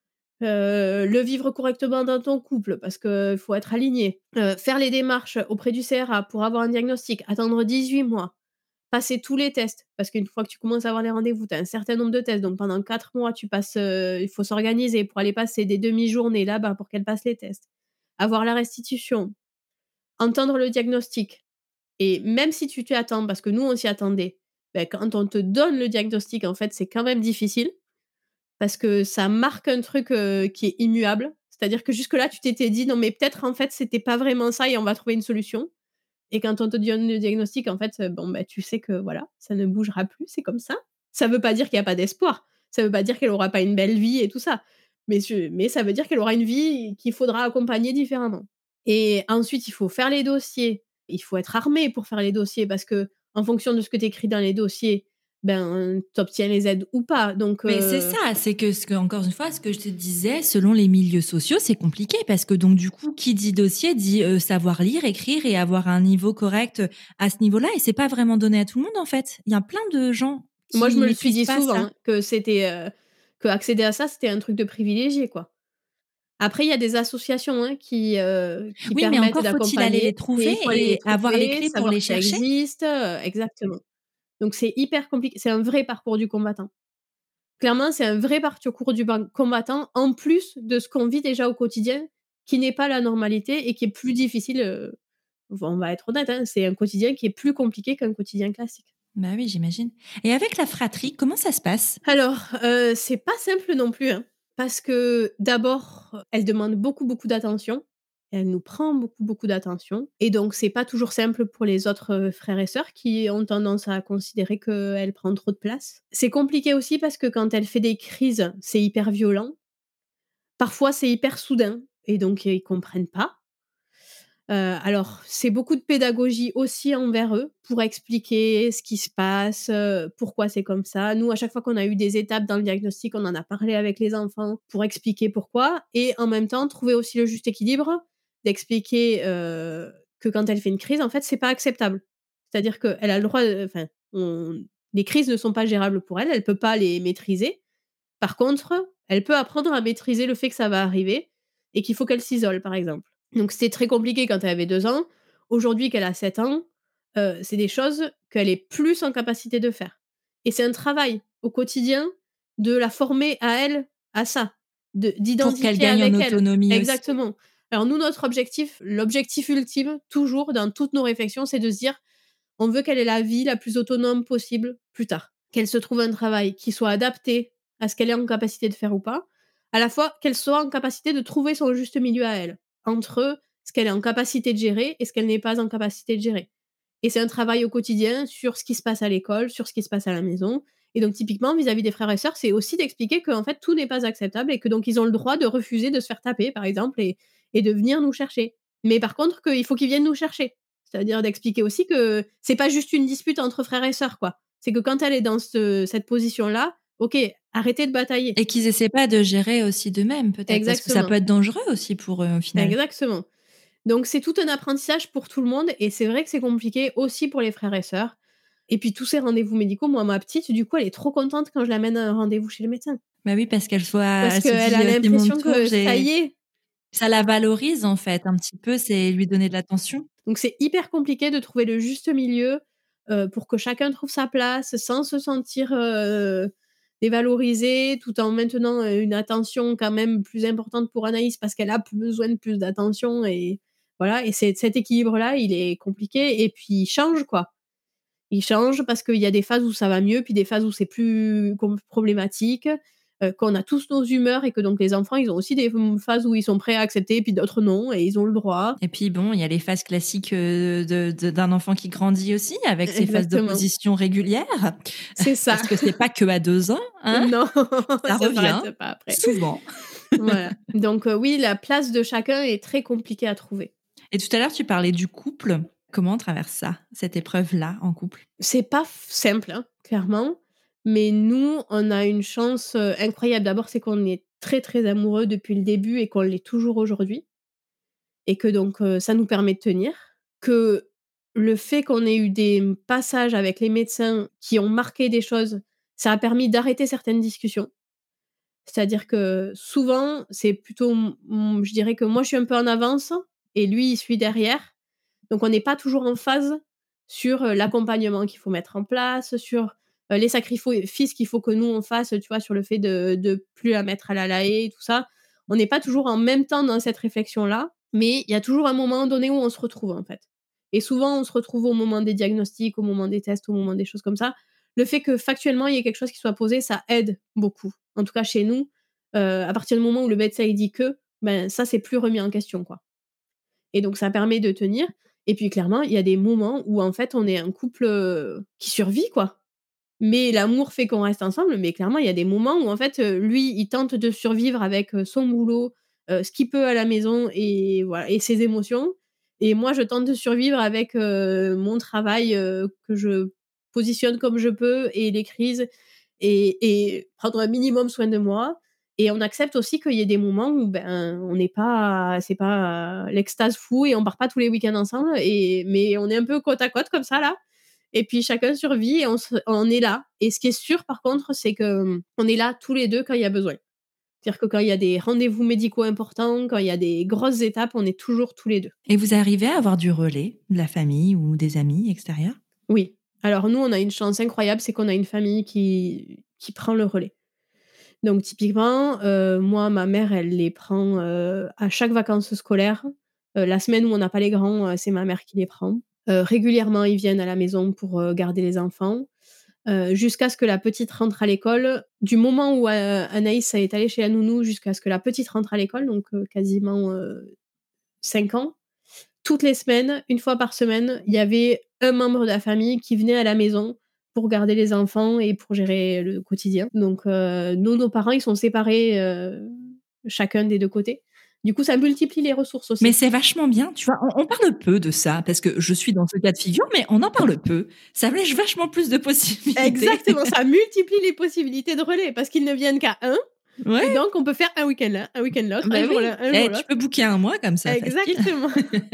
heu, le vivre correctement dans ton couple parce qu'il faut être aligné, heu, faire les démarches auprès du C R A pour avoir un diagnostic, attendre dix-huit mois, passer tous les tests parce qu'une fois que tu commences à avoir les rendez-vous, tu as un certain nombre de tests donc pendant quatre mois tu passes, heu, il faut s'organiser pour aller passer des demi-journées là-bas pour qu'elle passe les tests. Avoir la restitution, entendre le diagnostic et même si tu t'y attends, parce que nous on s'y attendait, beh, quand on te donne le diagnostic, en fait, c'est quand même difficile parce que ça marque un truc, heu, qui est immuable. C'est-à-dire que jusque-là, tu t'étais dit: «Non, mais peut-être, en fait, c'était pas vraiment ça et on va trouver une solution» et quand on te donne le diagnostic, en fait, heu, bon, bah, tu sais que voilà, ça ne bougera plus, c'est comme ça. Ça veut pas dire qu'il y a pas d'espoir. Ça veut pas dire qu'elle aura pas une belle vie et tout ça. Mais je mais ça veut dire qu'elle aura une vie qu'il faudra accompagner différemment. Et ensuite, il faut faire les dossiers. Il faut être armé pour faire les dossiers parce que en fonction de ce que tu écris dans les dossiers, ben, tu obtiens les aides ou pas. Donc Mais c'est heu, ça, c'est que ce que encore une fois, ce que je te disais, selon les milieux sociaux, c'est compliqué parce que donc du coup, qui dit dossier dit, heu, savoir lire, écrire et avoir un niveau correct, à ce niveau-là et c'est pas vraiment donné à tout le monde, en fait. Il y a plein de gens moi, je qui me le suis maîtrisent dit pas souvent, ça. hein, que c'était, heu, qu'accéder à ça, c'était un truc de privilégié, quoi. Après, il y a des associations, hein, qui, heu, qui Oui, mais permettent encore faut-il aller d'accompagner, les mais trouver il faut aller les et avoir les trouver, clés pour savoir les que ça chercher? existe, heu, exactement. Donc c'est hyper compliqué, c'est un vrai parcours du combattant. Clairement, c'est un vrai parcours du ban combattant, en plus de ce qu'on vit déjà au quotidien, qui n'est pas la normalité et qui est plus difficile, heu, on va être honnête, hein, c'est un quotidien qui est plus compliqué qu'un quotidien classique. Bah oui, j'imagine. Et avec la fratrie, comment ça se passe? Alors, heu, c'est pas simple non plus, hein, parce que d'abord, elle demande beaucoup, beaucoup d'attention. Elle nous prend beaucoup, beaucoup d'attention et donc c'est pas toujours simple pour les autres, heu, frères et sœurs qui ont tendance à considérer qu'elle prend trop de place. C'est compliqué aussi parce que quand elle fait des crises, c'est hyper violent. Parfois, c'est hyper soudain et donc ils comprennent pas. Heu, alors, c'est beaucoup de pédagogie aussi envers eux, pour expliquer ce qui se passe, heu, pourquoi c'est comme ça. Nous, à chaque fois qu'on a eu des étapes dans le diagnostic, on en a parlé avec les enfants pour expliquer pourquoi et en même temps, trouver aussi le juste équilibre, d'expliquer, heu, que quand elle fait une crise, en fait, c'est pas acceptable. C'est-à-dire qu'elle a le droit, heu, enfin, on les crises ne sont pas gérables pour elle, elle peut pas les maîtriser. Par contre, elle peut apprendre à maîtriser le fait que ça va arriver et qu'il faut qu'elle s'isole, par exemple. Donc c'était très compliqué quand elle avait deux ans. Aujourd'hui qu'elle a sept ans, heu, c'est des choses qu'elle est plus en capacité de faire et c'est un travail au quotidien de la former à elle, à ça, de Pour qu'elle d'identifier gagne en avec elle. autonomie aussi? Exactement. Alors nous, notre objectif, l'objectif ultime, toujours dans toutes nos réflexions, c'est de se dire: «On veut qu'elle ait la vie la plus autonome possible plus tard». Qu'elle se trouve un travail qui soit adapté à ce qu'elle est en capacité de faire ou pas, à la fois qu'elle soit en capacité de trouver son juste milieu à elle, entre ce qu'elle est en capacité de gérer et ce qu'elle n'est pas en capacité de gérer. Et c'est un travail au quotidien sur ce qui se passe à l'école, sur ce qui se passe à la maison. Et donc typiquement vis-à-vis des frères et sœurs, c'est aussi d'expliquer qu'en fait tout n'est pas acceptable et que donc ils ont le droit de refuser de se faire taper par exemple et et de venir nous chercher. Mais par contre qu'il faut qu'ils viennent nous chercher. C'est-à-dire d'expliquer aussi que c'est pas juste une dispute entre frères et sœurs, quoi. C'est que quand elle est dans ce cette position-là, OK, arrêtez de batailler. Et qu'ils essaient pas de gérer aussi d'eux-mêmes peut-être? Parce que ça peut Exactement, être dangereux aussi pour eux, au final. exactement. Donc c'est tout un apprentissage pour tout le monde et c'est vrai que c'est compliqué aussi pour les frères et sœurs. Et puis tous ces rendez-vous médicaux, moi ma petite, du coup, elle est trop contente quand je l'amène à un rendez-vous chez le médecin. Bah oui, parce qu'elle soit Parce elle se qu'elle a dit, heu: «C'est mon l'impression tour, que ça j'ai» y est. ça la valorise en fait un petit peu, c'est lui donner de l'attention. Donc c'est hyper compliqué de trouver le juste milieu, heu, pour que chacun trouve sa place sans se sentir, heu, dévalorisé, tout en maintenant, heu, une attention quand même plus importante pour Anaïs parce qu'elle a plus besoin de plus d'attention et voilà et c'est cet équilibre-là, il est compliqué et puis il change, quoi. Il change parce qu'il y a des phases où ça va mieux, puis des phases où c'est plus com problématique, heu, qu'on a tous nos humeurs et que donc les enfants, ils ont aussi des, mmh, phases où ils sont prêts à accepter, puis d'autres non et ils ont le droit. Et puis bon, il y a les phases classiques, heu, de de d'un enfant qui grandit aussi avec ses phases Exactement, d'opposition régulières. c'est ça. Parce que c'est pas que à deux ans, hein, Non, ça ça revient s'arrête pas après. souvent. Voilà, donc heu, oui, la place de chacun est très compliquée à trouver. Et tout à l'heure, tu parlais du couple. Comment on traverse ça, cette épreuve-là en couple? C'est pas f simple, hein, clairement, mais nous, on a une chance, heu, incroyable. D'abord, c'est qu'on est très, très amoureux depuis le début et qu'on l'est toujours aujourd'hui. Et que donc heu, ça nous permet de tenir, que le fait qu'on ait eu des, mmh, passages avec les médecins qui ont marqué des choses, ça a permis d'arrêter certaines discussions. C'est-à-dire que souvent, c'est plutôt m mmh, je dirais que moi je suis un peu en avance et lui il suit derrière. Donc on n'est pas toujours en phase sur, heu, l'accompagnement qu'il faut mettre en place, sur, heu, les sacrifices qu'il faut que nous on fasse, tu vois? Sur le fait de de plus la mettre à la L A E et tout ça. On n'est pas toujours en même temps dans cette réflexion-là, mais il y a toujours un moment donné où on se retrouve, en fait. Et souvent, on se retrouve au moment des diagnostics, au moment des tests, au moment des choses comme ça. Le fait que factuellement, il y ait quelque chose qui soit posé, ça aide beaucoup. En tout cas chez nous, heu, à partir du moment où le médecin il dit que, ben, ça c'est plus remis en question, quoi. Et donc ça permet de tenir et puis clairement, il y a des moments où en fait on est un couple, heu, qui survit quoi. Mais l'amour fait qu'on reste ensemble, mais clairement il y a des moments où en fait, heu, lui il tente de survivre avec, heu, son boulot, heu, ce qu'il peut à la maison et voilà et ses émotions et moi je tente de survivre avec, heu, mon travail, heu, que je positionne comme je peux et les crises et et prendre un minimum soin de moi et on accepte aussi qu'il y ait des moments où, ben, on n'est pas c'est pas, heu, l'extase fou et on part pas tous les week-ends ensemble et mais on est un peu côte à côte comme ça là et puis chacun survit et on se on est là et ce qui est sûr par contre, c'est que, mmh, on est là tous les deux quand il y a besoin. C'est-à-dire que quand il y a des rendez-vous médicaux importants, quand il y a des grosses étapes, on est toujours tous les deux. Et vous arrivez à avoir du relais de la famille ou des amis extérieurs? Oui. Alors nous, on a une chance incroyable, c'est qu'on a une famille qui qui prend le relais. Donc typiquement, heu, moi, ma mère, elle les prend, heu, à chaque vacances scolaires. Heu, la semaine où on n'a pas les grands, heu, c'est ma mère qui les prend. Heu, régulièrement, ils viennent à la maison pour, heu, garder les enfants, heu, jusqu'à ce que la petite rentre à l'école. Du moment où, heu, Anaïs est allée chez la nounou jusqu'à ce que la petite rentre à l'école, donc heu, quasiment, heu, cinq ans, toutes les semaines, une fois par semaine, il y avait un membre de la famille qui venait à la maison pour garder les enfants et pour gérer le quotidien. Donc heu, nous, nos parents, ils sont séparés, heu, chacun des deux côtés. Du coup, ça multiplie les ressources Mais aussi. c'est vachement bien, tu vois? On on parle peu de ça parce que je suis dans ce cas de figure, mais on en parle peu. Ça laisse vachement plus de possibilités. Exactement, ça multiplie les possibilités de relais parce qu'ils ne viennent qu'à un et Ouais, donc on peut faire un week-end là, un week-end l'autre, un bah jour oui. l'un, un jour Eh, tu l'autre. peux booker un mois comme ça, facile. Exactement.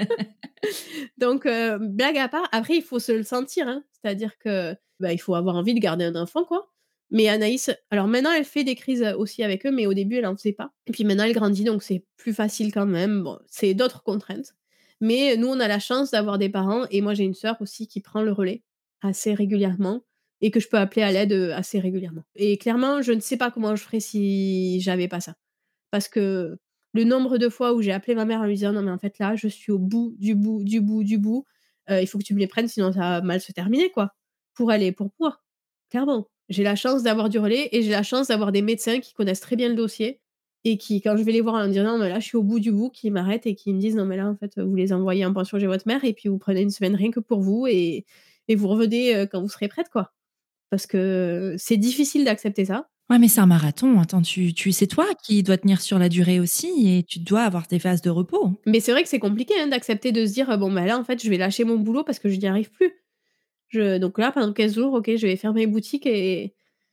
Donc heu, blague à part, après il faut se le sentir, hein. C'est-à-dire que, bah, il faut avoir envie de garder un enfant, quoi. Mais Anaïs, alors maintenant elle fait des crises, heu, aussi avec eux, mais au début elle en faisait pas. Et puis maintenant elle grandit, donc c'est plus facile quand même. Bon, c'est d'autres contraintes. Mais nous, on a la chance d'avoir des parents et moi j'ai une sœur aussi qui prend le relais assez régulièrement et que je peux appeler à l'aide, heu, assez régulièrement. Et clairement, je ne sais pas comment je ferais si j'avais pas ça. Parce que le nombre de fois où j'ai appelé ma mère en lui disant: «Non mais en fait là, je suis au bout, du bout, du bout, du bout, heu, il faut que tu me les prennes sinon ça va mal se terminer quoi, pour elle et pour moi», clairement. J'ai la chance d'avoir du relais et j'ai la chance d'avoir des médecins qui connaissent très bien le dossier et qui, quand je vais les voir en leur disant: «Non mais là, je suis au bout du bout», qui m'arrêtent et qui me disent: «Non mais là, en fait, vous les envoyez en pension chez votre mère et puis vous prenez une semaine rien que pour vous et et vous revenez, heu, quand vous serez prête quoi». Parce que c'est difficile d'accepter ça. Ouais, mais c'est un marathon. Attends, tu tu c'est toi qui dois tenir sur la durée aussi et tu dois avoir tes phases de repos. Mais c'est vrai que c'est compliqué, hein, d'accepter de se dire: «Bon, bah, là, en fait, je vais lâcher mon boulot parce que je n'y arrive plus». Je donc là, pendant quinze jours, OK, je vais fermer boutique et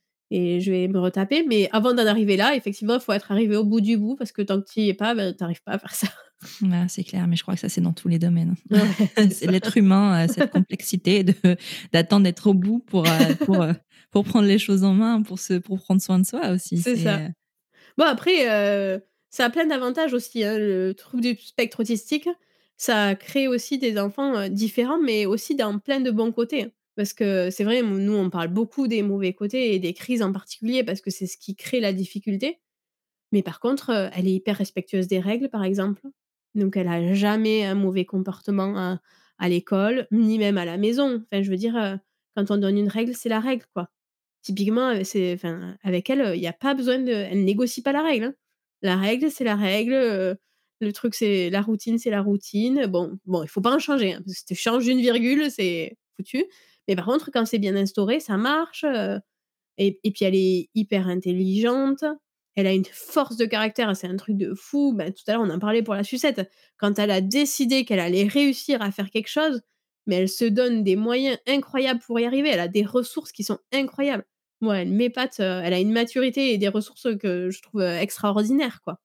et je vais me retaper. Mais avant d'en arriver là, effectivement, il faut être arrivé au bout du bout parce que tant que tu y es pas, ben, tu arrives pas à faire ça. Ouais, c'est clair, mais je crois que ça, c'est dans tous les domaines. Ouais, c'est C'est ça. l'être humain, heu, cette complexité de d'attendre d'être au bout pour, heu, pour, heu, pour prendre les choses en main, pour se pour prendre soin de soi aussi. C'est C'est, ça. heu Bon après, heu, ça a plein d'avantages aussi, hein, le trouble du spectre autistique. Ça crée aussi des enfants, heu, différents, mais aussi dans plein de bons côtés, hein. Parce que c'est vrai, nous, on parle beaucoup des mauvais côtés et des crises en particulier parce que c'est ce qui crée la difficulté. Mais par contre, heu, elle est hyper respectueuse des règles, par exemple. Donc elle a jamais un mauvais comportement à à l'école, ni même à la maison. Enfin, je veux dire, heu, quand on donne une règle, c'est la règle, quoi. Typiquement, heu, c'est enfin, avec elle, il y a pas besoin de elle négocie pas la règle, hein. La règle, c'est la règle, heu, le truc, c'est la routine, c'est la routine. Bon bon, il faut pas en changer, hein, parce que si tu changes une virgule, c'est foutu. Mais par contre, quand c'est bien instauré, ça marche, heu et et puis elle est hyper intelligente, elle a une force de caractère, c'est un truc de fou. Bah, tout à l'heure, on en parlait pour la sucette. Quand elle a décidé qu'elle allait réussir à faire quelque chose, mais elle se donne des moyens incroyables pour y arriver. Elle a des ressources qui sont incroyables. Moi, elle m'épate, heu, elle a une maturité et des ressources que je trouve, heu, extraordinaires, quoi.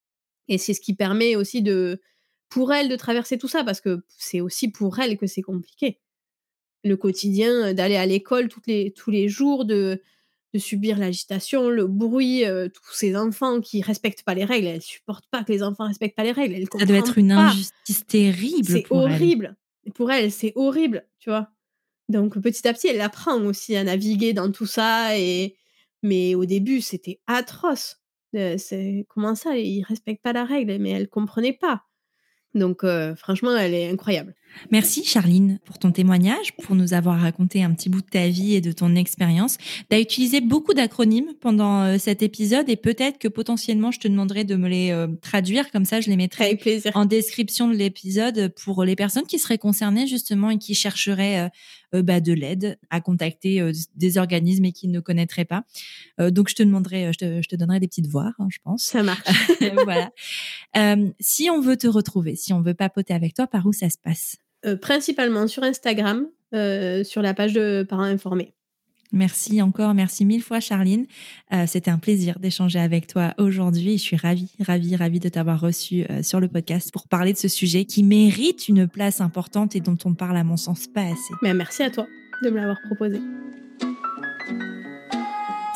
Et c'est ce qui permet aussi de pour elle de traverser tout ça parce que c'est aussi pour elle que c'est compliqué. Le quotidien, heu, d'aller à l'école toutes les tous les jours, de de subir l'agitation, le bruit, heu, tous ces enfants qui respectent pas les règles. Elle supporte pas que les enfants respectent pas les règles, elle Ça doit comprend être une pas. injustice terrible C'est pour elle. horrible. Pour elle, c'est horrible, tu vois? Donc petit à petit, elle apprend aussi à naviguer dans tout ça et mais au début, c'était atroce. Heu, c'est: «Comment ça, ils respectent pas la règle?» Mais elle comprenait pas. Donc heu, franchement, elle est incroyable. Merci Charline pour ton témoignage, pour nous avoir raconté un petit bout de ta vie et de ton expérience. Tu as utilisé beaucoup d'acronymes pendant euh, cet épisode et peut-être que potentiellement je te demanderai de me les euh, traduire, comme ça je les mettrai Avec plaisir. en description de l'épisode pour les personnes qui seraient concernées justement et qui chercheraient euh, euh, bah, de l'aide à contacter euh, des organismes et qui ne connaîtraient pas. Euh, donc je te demanderai, euh, je te, je te donnerai des petites voix, hein, je pense. Ça marche. Voilà. Euh, si on veut te retrouver, si on veut papoter avec toi, par où ça se passe? Heu, principalement sur Instagram, heu, sur la page de parents informés. Merci encore, merci mille fois Charline. Heu, c'était un plaisir d'échanger avec toi aujourd'hui et je suis ravie, ravie, ravie de t'avoir reçue, heu, sur le podcast pour parler de ce sujet qui mérite une place importante et dont on parle à mon sens pas assez. Ben, merci à toi de me l'avoir proposé.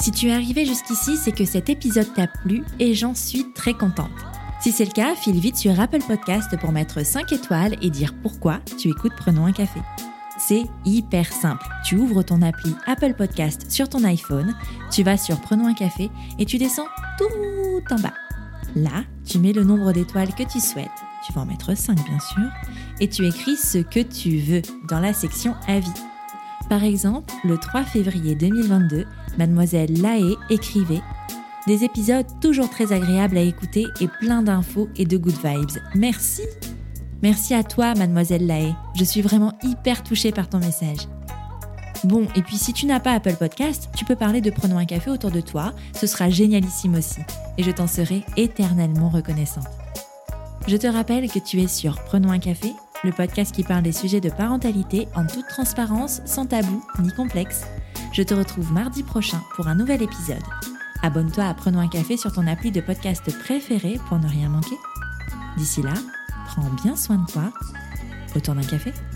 Si tu es arrivé jusqu'ici, c'est que cet épisode t'a plu et j'en suis très contente. Si c'est le cas, file vite sur Apple Podcast pour mettre cinq étoiles et dire pourquoi tu écoutes Prenons un café. C'est hyper simple. Tu ouvres ton appli Apple Podcast sur ton iPhone, tu vas sur Prenons un café et tu descends tout en bas. Là, tu mets le nombre d'étoiles que tu souhaites, tu vas en mettre cinq bien sûr, et tu écris ce que tu veux dans la section Avis. Par exemple, le trois février deux mille vingt-deux, Mademoiselle Lahaye écrivait « Des épisodes toujours très agréables à écouter et plein d'infos et de good vibes. Merci !» Merci à toi, Mademoiselle Lahaye. Je suis vraiment hyper touchée par ton message. Bon, et puis si tu n'as pas Apple Podcast, tu peux parler de Prenons un café autour de toi. Ce sera génialissime aussi. Et je t'en serai éternellement reconnaissante. Je te rappelle que tu es sur Prenons un café, le podcast qui parle des sujets de parentalité en toute transparence, sans tabou ni complexe. Je te retrouve mardi prochain pour un nouvel épisode. Abonne-toi à Prenons un café sur ton appli de podcast préféré pour ne rien manquer. D'ici là, prends bien soin de toi autour d'un café.